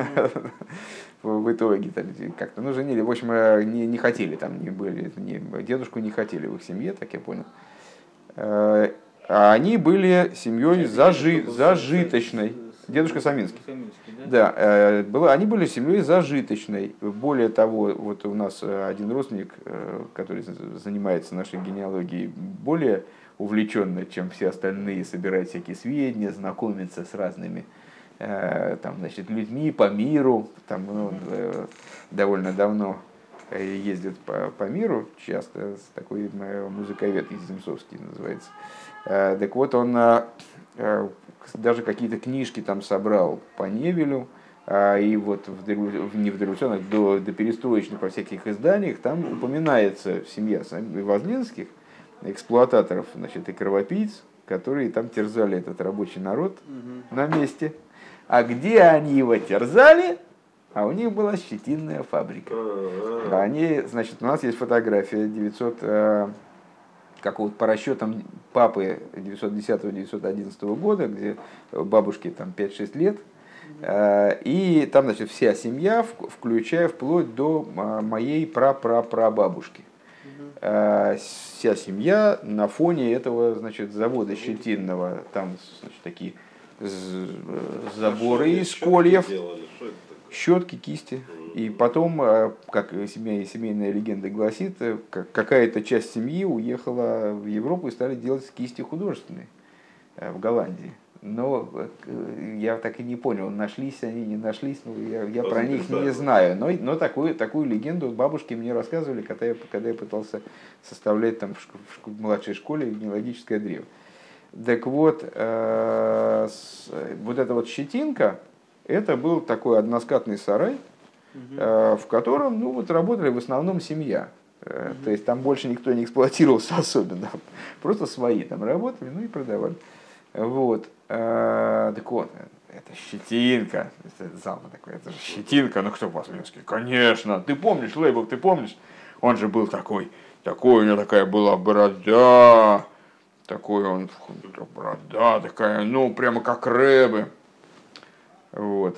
в итоге как-то, ну, женили, в общем, не хотели там, дедушку не хотели в их семье, так я понял. А они были семьей зажиточной. Дедушка Саминский. Да, они были семьей зажиточной. Более того, вот у нас один родственник, который занимается нашей генеалогией, более увлеченно, чем все остальные, собирать всякие сведения, знакомиться с разными там, значит, людьми по миру. Там, ну, довольно давно ездит по миру, часто такой музыковед Земцовский называется. Так вот, он даже какие-то книжки там собрал по Невелю, и вот не в дореволюционных, до перестроечных во всяких изданиях там упоминается семья Возлинских, эксплуататоров, значит, и кровопийц, которые там терзали этот рабочий народ на месте. А где они его терзали? А у них была щетинная фабрика. Они, значит, у нас есть фотография 900 какого-то по расчетам папы 910-911 года, где бабушке там 5-6 лет. И там, значит, вся семья, включая вплоть до моей прапрапрабабушки. вся семья на фоне этого, значит, завода щетинного, там, значит, такие заборы из кольев, щетки, кисти. И потом, как семейная легенда гласит, какая-то часть семьи уехала в Европу и стали делать кисти художественные в Голландии. Но я так и не понял, нашлись они, не нашлись, я про них не знаю. Но такую легенду бабушки мне рассказывали, когда я пытался составлять там в младшей школе генеалогическое древо. Так вот, вот эта вот щетинка, это был такой односкатный сарай, в котором работали в основном семья. То есть там больше никто не эксплуатировался особенно. Просто свои там работали, и продавали. Вот. Так вот, это щетинка. Это зама такой, это же щетинка. Ну кто по-смельски? Конечно. Ты помнишь, Лейбл, ты помнишь? Он же был такой, у него такая была борода. Такой он, борода такая, прямо как Рэбе. Вот.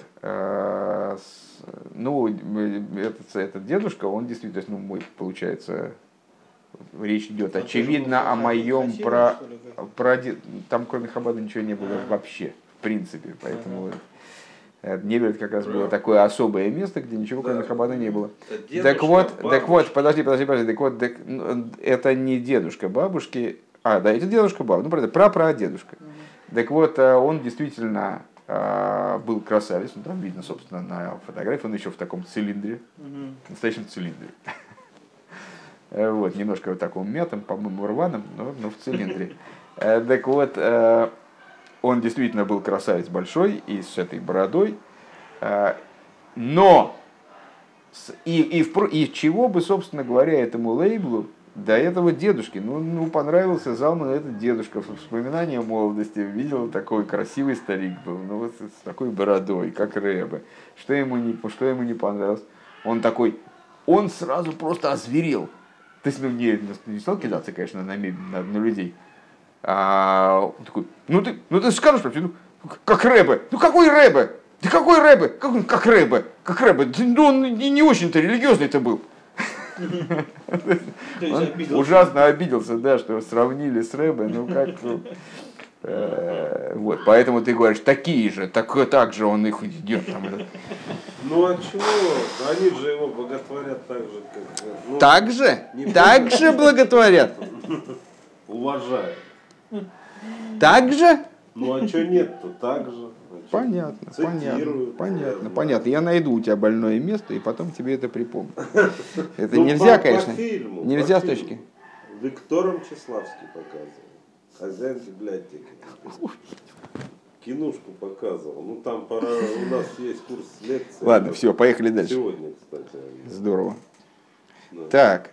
Этот дедушка, он действительно, мой, получается, речь идет, очевидно, о моем там кроме Хаббада ничего не было вообще, в принципе, поэтому Невельт как раз было такое особое место, где ничего кроме Хаббада не было. Так вот, подожди, так вот, это не дедушка бабушки, это дедушка бабушки, правда, прапрадедушка. Так вот, он действительно был красавец, там видно, собственно, на фотографии, он еще в таком цилиндре, настоящем цилиндре. Вот, немножко вот таком мятом, по-моему, рваном, но в цилиндре. Так вот, он действительно был красавец большой и с этой бородой, но и чего бы, собственно говоря, этому лейблу до этого дедушки, понравился Залману этот дедушка, в воспоминания молодости, видел, такой красивый старик был, с такой бородой, как Рэбе. Что ему не понравилось? Он сразу просто озверел. То есть, не стал кидаться, конечно, на людей. Он такой, ты скажешь, как Рэбе? Какой Рэбе? Да какой Рэбе? Как Рэбе? Как Рэбе? Он не очень-то религиозный-то был. Он ужасно обиделся, да, что сравнили с Рэбе, вот, поэтому ты говоришь, такие же, так же он их идет там. А чего? Они же его боготворят так же, как... Так же? Так же благотворят? Уважают. Так же? А что нет-то? Так же. Понятно. Я найду у тебя больное место и потом тебе это припомню. Это нельзя, конечно. Нельзя с точки. Виктором Чеславский показывал. Хозяин библиотеки. Кинушку показывал. Там пора, у нас есть курс лекций. Ладно, все, поехали дальше. Сегодня, кстати. Здорово. Так,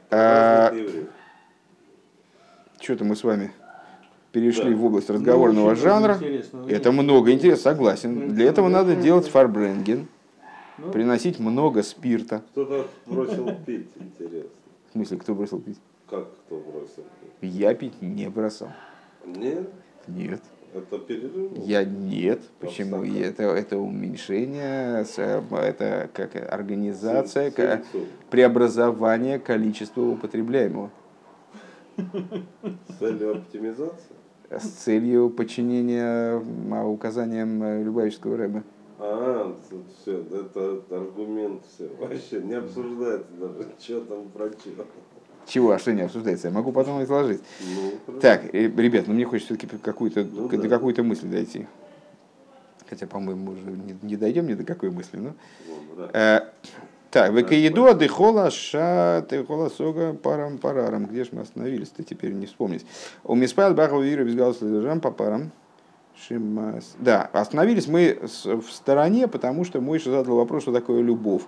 что-то мы с вами перешли в область разговорного жанра. Это много интересно, согласен. Для этого надо делать фарбренген, приносить много спирта. Кто-то бросил пить, интересно. В смысле, кто бросил пить? Как кто бросил пить? Я пить не бросал. Нет? Нет. Это перерыв? Нет. Почему? Это уменьшение, это как организация, преобразование количества употребляемого. С целью оптимизации? С целью подчинения указаниям Любавического рэба. Все, это аргумент, все. Вообще не обсуждается даже, что там про что. Чего, что не обсуждается? Я могу потом изложить. Так, ребят, мне хочется все-таки до какой-то мысли дойти. Хотя, по-моему, мы уже не дойдем ни до какой мысли. Так, векаеду адыхола шатыхола сога парам. Где же мы остановились-то, теперь не вспомнить. У миспайл бахал виру без галса лежам по парам. Да, остановились мы в стороне, потому что Мойша задал вопрос, что такое любовь.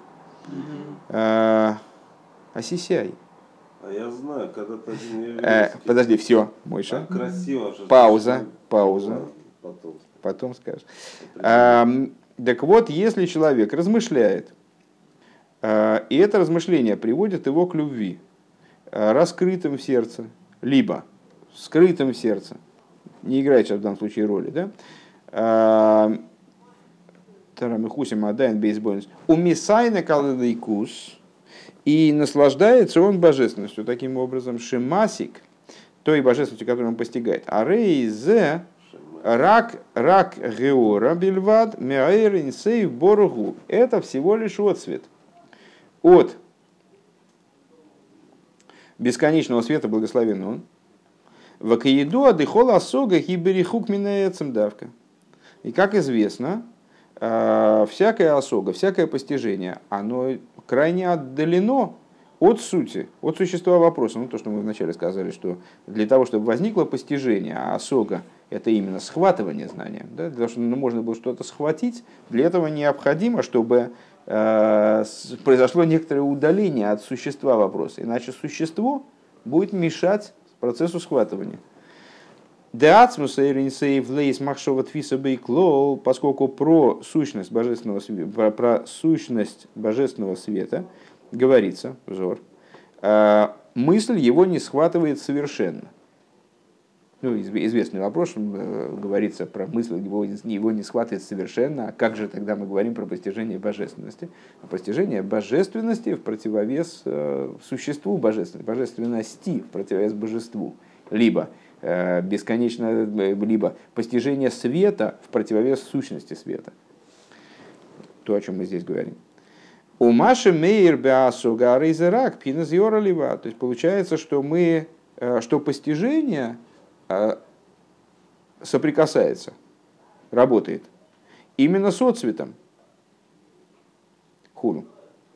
Осисяй. Я знаю, когда ты не подожди, все, Мойша. Красиво. Пауза. Потом скажешь. Так вот, если человек размышляет, и это размышление приводит его к любви, раскрытым в сердце, либо скрытым в сердце, не играет сейчас в данном случае роли, да? Тарамихусим адайн бейсбойнс. Умисайна калыдайкус. И наслаждается он божественностью таким образом, шемасик, той божественностью, которую он постигает. А рейзе рак геора бельвад меаэр инсейв боргу. Это всего лишь отцвет от бесконечного света, благословен он. Вакаеду адыхола сога хиберихук минаэцем давка. И как известно, всякая осога, всякое постижение, оно крайне отдалено от сути, от существа вопроса. Ну, то, что мы вначале сказали, что для того, чтобы возникло постижение, а осога – это именно схватывание знания, да, для того, чтобы можно было что-то схватить, для этого необходимо, чтобы произошло некоторое удаление от существа вопроса, иначе существо будет мешать процессу схватывания. Поскольку про сущность божественного света говорится, взор, мысль его не схватывает совершенно. Ну, известный вопрос, говорится про мысль, его не схватывает совершенно. А как же тогда мы говорим про постижение божественности? Постижение божественности в противовес существу божественности в противовес божеству. Либо бесконечно, либо постижение света в противовес сущности света. То, о чем мы здесь говорим. У Маши Мейер Беасуга Рейзерак Пинас Йоралива. То есть получается, что постижение соприкасается, работает именно с отцветом хулу.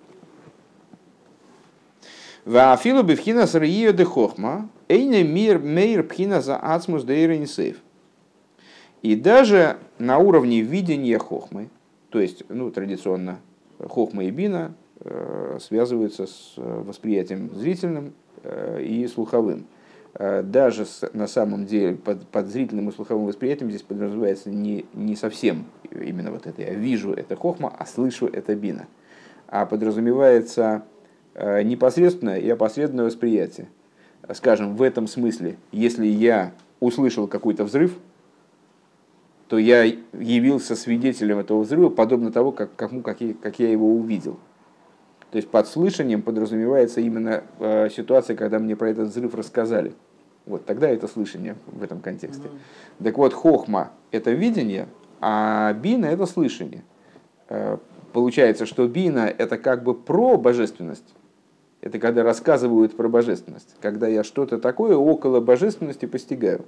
Ваафилу бифхинас рио де хохма эйне мейр пхина за ацмус дейрин сейф. И даже на уровне видения хохмы, то есть, ну, традиционно хохма и бина связываются с восприятием зрительным и слуховым. Даже на самом деле под зрительным и слуховым восприятием здесь подразумевается не совсем именно вот это. Я вижу это хохма, а слышу это бина. А подразумевается непосредственное и опосредованное восприятие. Скажем, в этом смысле, если я услышал какой-то взрыв, то я явился свидетелем этого взрыва, подобно тому, как я его увидел. То есть под слышанием подразумевается именно ситуация, когда мне про этот взрыв рассказали. Вот тогда это слышание в этом контексте. Так вот, хохма – это видение, а бина – это слышание. Получается, что бина – это как бы про божественность. Это когда рассказывают про божественность. Когда я что-то такое около божественности постигаю.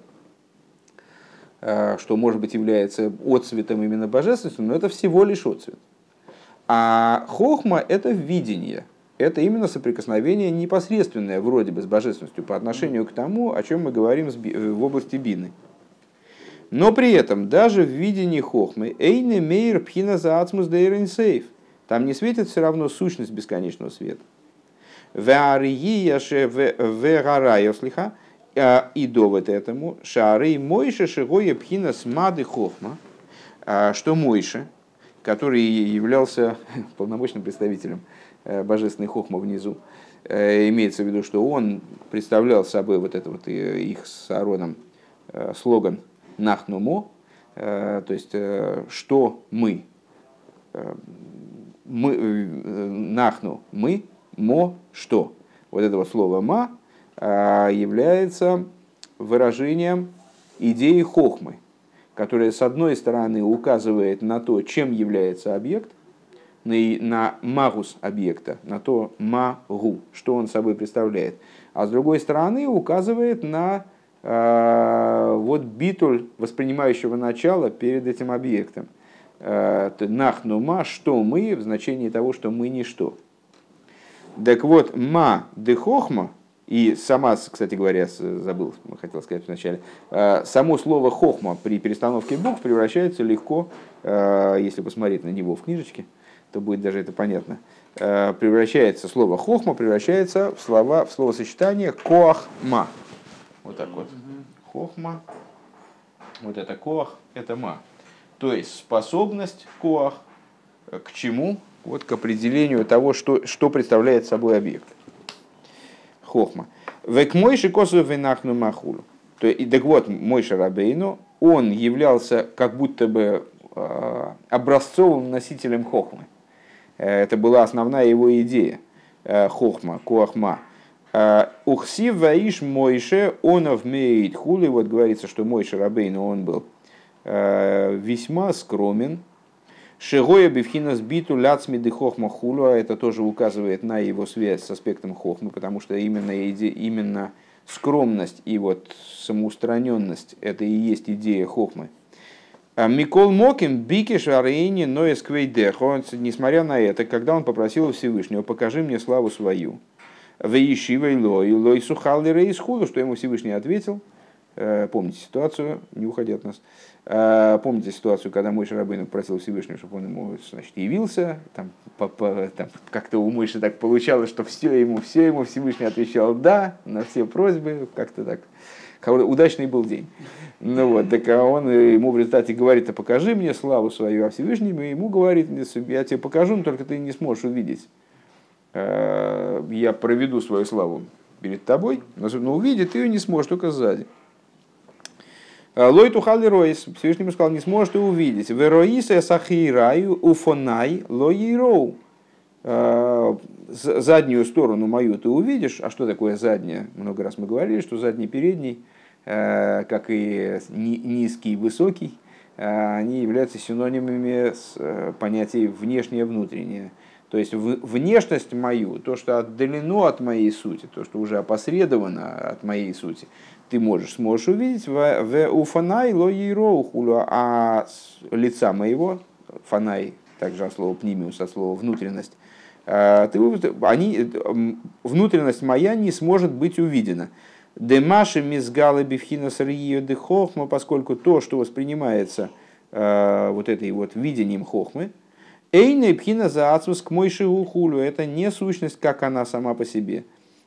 Что, может быть, является отцветом именно божественности, но это всего лишь отцвет. А хохма – это видение. Это именно соприкосновение непосредственное вроде бы с божественностью по отношению к тому, о чем мы говорим в области бины. Но при этом даже в видении хохмы эйне мейр пхина за ацмус дейрин сейф. Там не светит все равно сущность бесконечного света. И довод этому шарей Мойше шигоя пхина смады хохма, что Мойше, который являлся полномочным представителем божественной хохма внизу, имеется в виду, что он представлял собой вот это вот их с Аароном слоган «Нахнумо», то есть что мы, «Нахну» мы, «мо» что. Вот это вот слово «ма» является выражением идеи хохмы, которая с одной стороны указывает на то, чем является объект, на магус объекта, на то магу, что он собой представляет, а с другой стороны указывает на вот битуль воспринимающего начала перед этим объектом. Нахнума, что мы, в значении того, что мы ничто. Так вот, ма де хохма, и сама, кстати говоря, забыл, хотел сказать вначале, само слово хохма при перестановке букв превращается легко, если посмотреть на него в книжечке, то будет даже это понятно. Превращается слово хохма, превращается в словосочетание коах-ма. Вот так вот. Хохма, вот это коах, это ма. То есть способность коах к чему? Вот к определению того, что представляет собой объект. Хохма. Век Мойше косу венахну махулу. Так вот, Мойше Рабейну, он являлся как будто бы образцовым носителем хохмы. Это была основная его идея, хохма, коахма. Ухсив ваиш Мойше, онов мейт хули. Вот говорится, что Мойше Рабейну, он был весьма скромен. Шигоя бифхина сбиту ляцмиды хохма хулу. Это тоже указывает на его связь с аспектом хохмы, потому что именно скромность и вот самоустраненность — это и есть идея хохмы. Микол Моким бикиш арейни ноэсквейдехо. Несмотря на это, когда он попросил у Всевышнего: покажи мне славу свою, веишивай лой сухалли рейс худу, что ему Всевышний ответил. Помните ситуацию, не уходи от нас. Помните ситуацию, когда Мойше Рабейну просил Всевышнего, чтобы он ему, значит, явился. Там как-то у Мойши так получалось, что все ему Всевышний отвечал да на все просьбы. Как-то так. Удачный был день. Ну вот, так он ему в результате говорит: а покажи мне славу свою, а Всевышний ему говорит: я тебе покажу, но только ты не сможешь увидеть. Я проведу свою славу перед тобой, но увидеть ты ее не сможешь, только сзади. Лой тухали роис, Всевышний ему сказал: не сможешь ты увидеть. Вероиса сахираю уфонай лой роу. Заднюю сторону мою ты увидишь. А что такое задняя? Много раз мы говорили, что задний, передний, как и низкий, высокий, они являются синонимами понятий внешнее, внутреннее. То есть внешность мою, то, что отдалено от моей сути, то, что уже опосредовано от моей сути, ты сможешь увидеть в уфанай ло ейроухулю, а лица моего, фанай, также от слова пнимиус, от слова внутренность, внутренность моя не сможет быть увидена. Демаши мизгалы бифхина сарию де хохма, поскольку то, что воспринимается вот этой вот видением хохмы, эйней пхина за ацмус к мойши ухулю, это не сущность, как она сама по себе.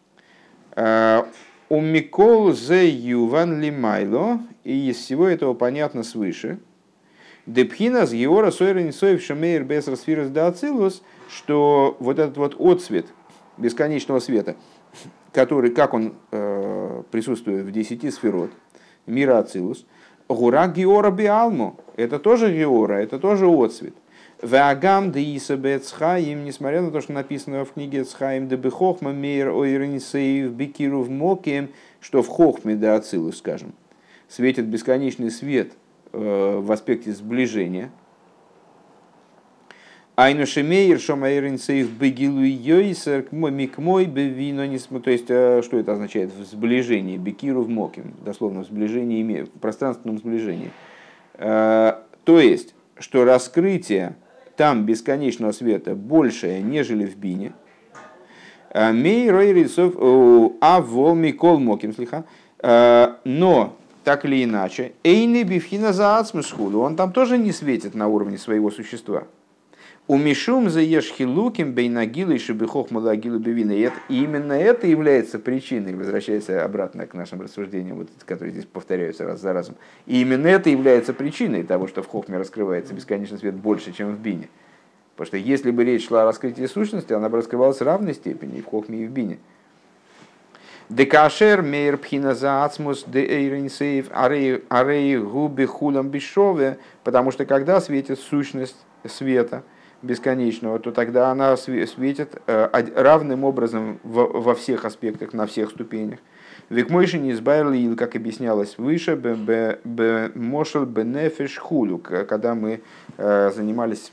У микол зе юван лимайло, и из всего этого понятно свыше. Депхина с геора сойренисоев шамейр без расфирус да ацилус, что вот этот вот отцвет бесконечного света, который, как он присутствует в 10 сферот мира ацилус, гура геора биалмо, это тоже геора, это тоже отцвет. Вагам да исабе цхаим, несмотря на то, что написано в книге Цхаим да бехохма мейр ойренисеев бикиру в мокем, что в хохме да ацилус, скажем, светит бесконечный свет в аспекте сближения. Айнушемейр шомайренсейв бегилу йойсер микмой бевино, то есть что это означает в сближении, бекиру в моким, дословно в сближении, в пространственном сближении. То есть, что раскрытие там бесконечного света большее, нежели в бине. Мейройрисов авол микол моким слиха, но так или иначе, эйни бифхина за ацмусхуду, он там тоже не светит на уровне своего существа. У мишум заешхилуким бейнагилы шибихох малагилу бевина. И именно это является причиной, возвращаясь обратно к нашим рассуждениям, вот, которые здесь повторяются раз за разом. И именно это является причиной того, что в хохме раскрывается бесконечный свет больше, чем в бине. Потому что если бы речь шла о раскрытии сущности, она бы раскрывалась в равной степени и в хохме, и в бине. Декашер мейр пхина за ацмус де эйренсейв арей губи хулам бишове, потому что когда светит сущность света бесконечного, то тогда она светит равным образом во всех аспектах, на всех ступенях. Век мойши не избавили, как объяснялось выше, мошел бенефиш хулю, когда мы занимались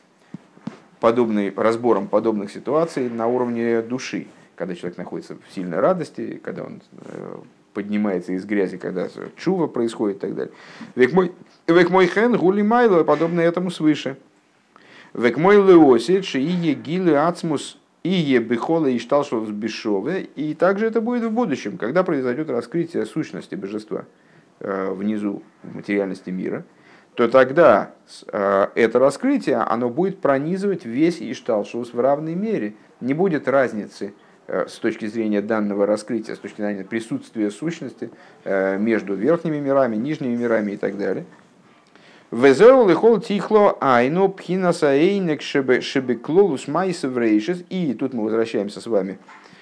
разбором подобных ситуаций на уровне души, когда человек находится в сильной радости, когда он поднимается из грязи, когда чува происходит и так далее. Век мой хен гули майло, подобно этому свыше. Век мой леосит, шиие гилы ацмус ие бихола и шталшов бешове. И также это будет в будущем, когда произойдет раскрытие сущности божества внизу материальности мира, то тогда это раскрытие, оно будет пронизывать весь Ишталшус в равной мере. Не будет разницы с точки зрения данного раскрытия, с точки зрения присутствия сущности между верхними мирами, нижними мирами и так далее. Везеул и хол тихло айно пхинаса эйнек шебеклолус майсеврейшис. И тут мы возвращаемся с вами,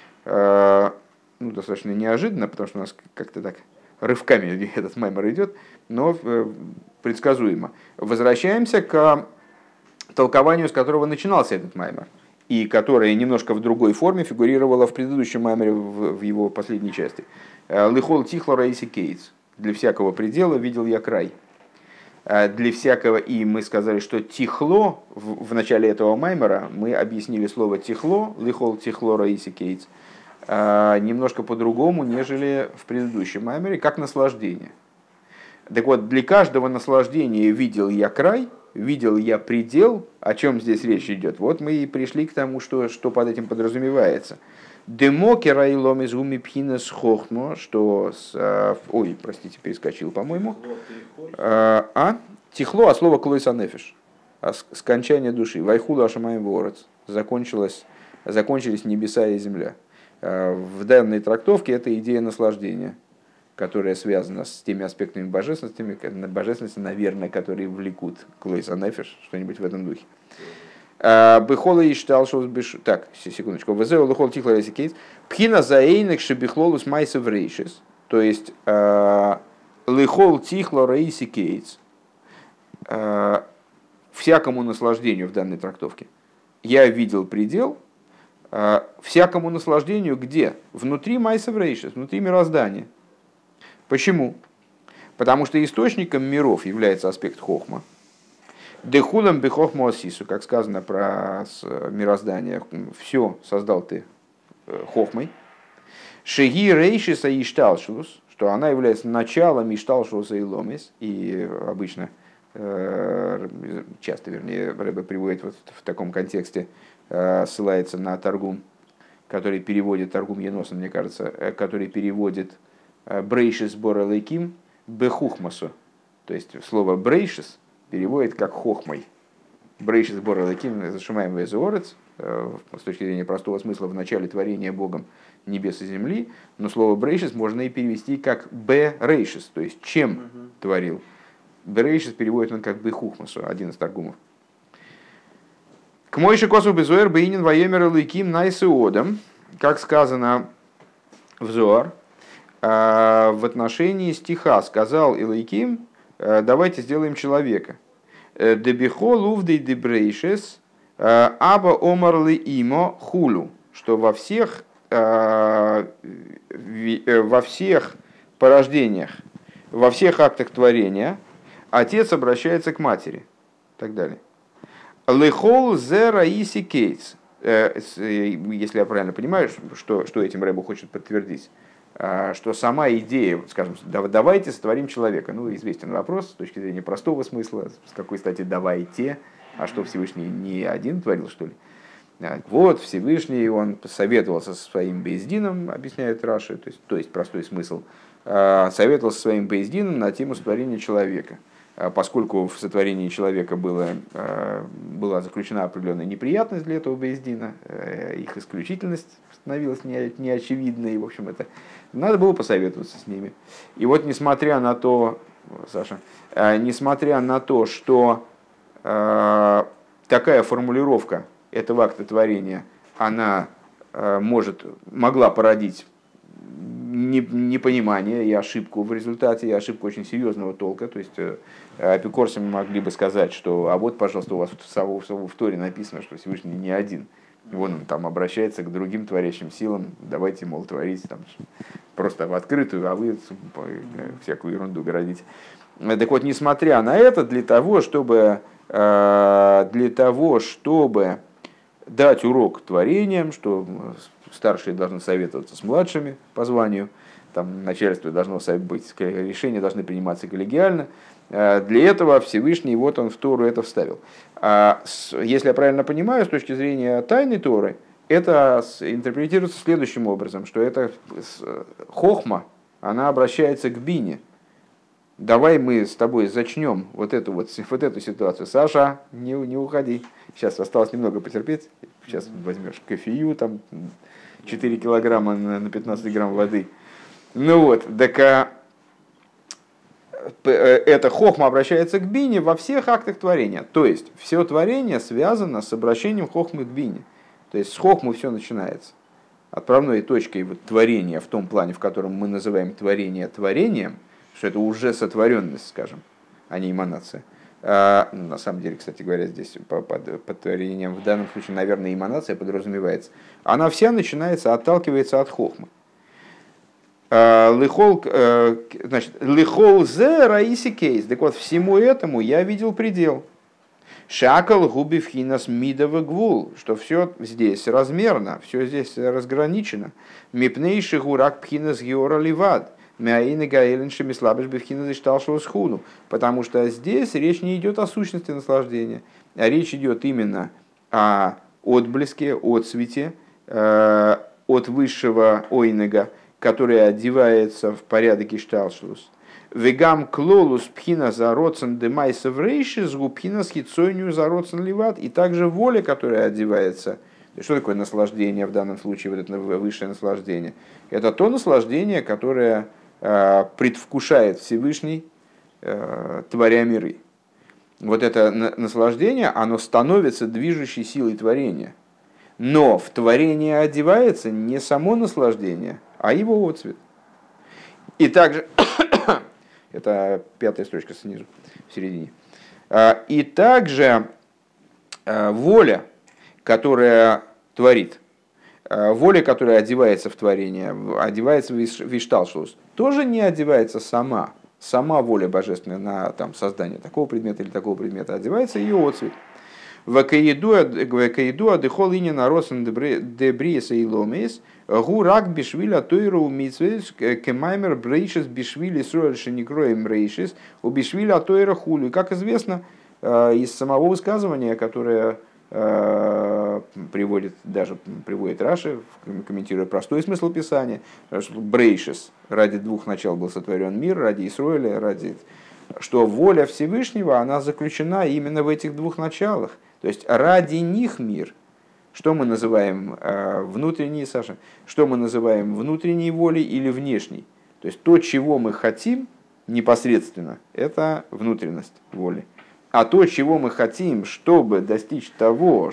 достаточно неожиданно, потому что у нас как-то так рывками этот маймер идет, но предсказуемо. Возвращаемся к толкованию, с которого начинался этот маймер. и которая немножко в другой форме фигурировала в предыдущем маймере, в его последней части. Лихол тихло раиси кейтс. Для всякого предела видел я край. Для всякого, и мы сказали, что тихло, в начале этого маймера мы объяснили слово тихло, лихол тихло раиси кейтс, немножко по-другому, нежели в предыдущем маймере, как наслаждение. Так вот, для каждого наслаждения видел я край, видел я предел. О чем здесь речь идет? Вот мы и пришли к тому, что под этим подразумевается. Демокера и ломис гуми пхинес хохмо, что ой, простите, перескочил, по-моему. Тихло, от слова клойса нефиш, скончание души. Вайхула ашамаем ворец. Закончились небеса и земля. В данной трактовке это идея наслаждения, которая связана с теми аспектами божественности, наверное, которые влекут клойса нефиш, что-нибудь в этом духе. Бехола и считал, что... Так, секундочку. Везео лухол тихло рейси кейтс. Пхина заэйнек шебихлолус майсов рейшис. То есть, лихол тихло рейси кейтс. Всякому наслаждению в данной трактовке. Я видел предел. Всякому наслаждению где? Внутри майсов рейшис, внутри мироздания. Почему? Потому что источником миров является аспект хохма. Дехулам бехохму асису, как сказано про мироздание, все создал ты хохмой. Шеги рейшиса и шталшус, что она является началом и шталшуса и ломис, и обычно, часто, вернее, Рэбе приводит вот в таком контексте, ссылается на Таргум, который переводит, Таргум Еносан, мне кажется, который переводит брейшис бора лейким бехухмасу, то есть слово брейшис переводит как хохмой. Брейшис бора лаким зашимаем везуорец, с точки зрения простого смысла, в начале творения Богом небес и земли, но слово брейшис можно и перевести как б-рейшис, то есть чем творил. Б-рейшис переводит он как бехухмасу, один из таргумов. К мойши косу безуэр бейнин воемер лаким найсеодом, как сказано в Зоар, в отношении стиха сказал Илайким: давайте сделаем человека. Дебихо лувдей дебрейшес аба омарли имо хулу, что во всех порождениях, во всех актах творения отец обращается к матери, и так далее. Лехол зе раиси кейтс, если я правильно понимаю, что этим Рэбе хочет подтвердить. Что сама идея, скажем, давайте сотворим человека. Ну, известен вопрос с точки зрения простого смысла, с какой стати давайте, а что Всевышний не один творил, что ли? Вот Всевышний, он советовался со своим бейздином, объясняет Раши, то есть простой смысл, советовался со своим бейздином на тему сотворения человека. Поскольку в сотворении человека была заключена определенная неприятность для этого бейздина, их исключительность становилась неочевидной, и, в общем, это надо было посоветоваться с ними. И вот, несмотря на то, Саша, что такая формулировка этого акта творения, она могла породить непонимание и ошибку в результате, и ошибку очень серьезного толка. То есть апикорсы могли бы сказать, что а вот, пожалуйста, у вас в Торе написано, что Всевышний не один. Вон он там обращается к другим творящим силам, давайте, мол, творить там просто в открытую, а вы всякую ерунду городите. Так вот, несмотря на это, для того, чтобы дать урок творениям, что старшие должны советоваться с младшими по званию, там начальство должно быть, решения должны приниматься коллегиально. Для этого Всевышний, вот он в Тору это вставил. Если я правильно понимаю, с точки зрения тайны Торы, это интерпретируется следующим образом, что это хохма, она обращается к бине. Давай мы с тобой зачнем вот эту ситуацию. Саша, не уходи. Сейчас осталось немного потерпеть. Сейчас возьмешь кофею, там 4 килограмма на 15 грамм воды. Ну вот, так эта хохма обращается к бине во всех актах творения. То есть, все творение связано с обращением хохмы к бине. То есть, с хохмы все начинается. Отправной точкой творения в том плане, в котором мы называем творение творением, что это уже сотворенность, скажем, а не эманация. На самом деле, кстати говоря, здесь под творением в данном случае, наверное, эманация подразумевается. Она вся начинается, отталкивается от хохмы. Значит, лихол зе раиси кейс. Так вот, всему этому я видел предел. Шакал губи вхинас мидова гвул, что все здесь размерно, все здесь разграничено. Мипнейший гурак пхинас геора ливад. Мяины гаэлиншими слабыш бифхинас ишталшего схуну. Потому что здесь речь не идет о сущности наслаждения, а речь идет именно о отблеске, отсвете, от высшего ойнега, который одевается в порядок ишталшус. Вегам клолус пхина за родсен демайса врейшис губхина с хитсойню за родсен ливат. И также воля, которая одевается. Что такое наслаждение в данном случае, вот это высшее наслаждение? Это то наслаждение, которое предвкушает Всевышний, творя миры. Вот это наслаждение, оно становится движущей силой творения. Но в творение одевается не само наслаждение, а его отцвет. И также... Это 5-я строчка снизу, в середине. И также воля, которая творит, воля, которая одевается в творение, одевается в ишталшус, тоже не одевается сама воля божественная на там, создание такого предмета или такого предмета, одевается ее отцвет. Вакаиду адыхол ини наросен дебриеса и ломес гурак бишвиля тойру митсвес кемаймер брейшис бишвили сроэльши некроем брейшис у бишвиля тойра хулю. Как известно из самого высказывания, которое приводит Раши, комментируя простой смысл Писания, что брейшис, ради двух начал был сотворен мир, ради Исроэля, что воля Всевышнего, она заключена именно в этих двух началах. То есть ради них мир. Что мы называем внутренней, Саша? Что мы называем внутренней волей или внешней? То есть то, чего мы хотим непосредственно, это внутренность воли. А то, чего мы хотим, чтобы достичь того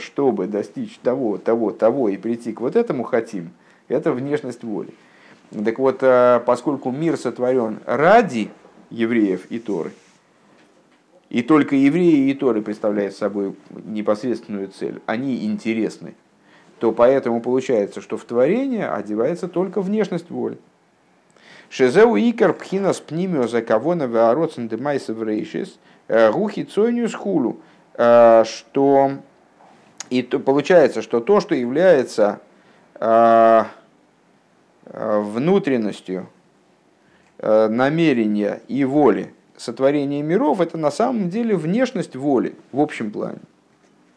и прийти к вот этому хотим, это внешность воли. Так вот, поскольку мир сотворен ради евреев и Торы, и только евреи и Торы представляют собой непосредственную цель, они интересны, то поэтому получается, что в творение одевается только внешность воли. Шезеу икар пхинас пнимио закавона веароцен демайса врейшис гухи цойнюс хулу. Что и то получается, что то, что является внутренностью намерения и воли сотворения миров, это на самом деле внешность воли в общем плане.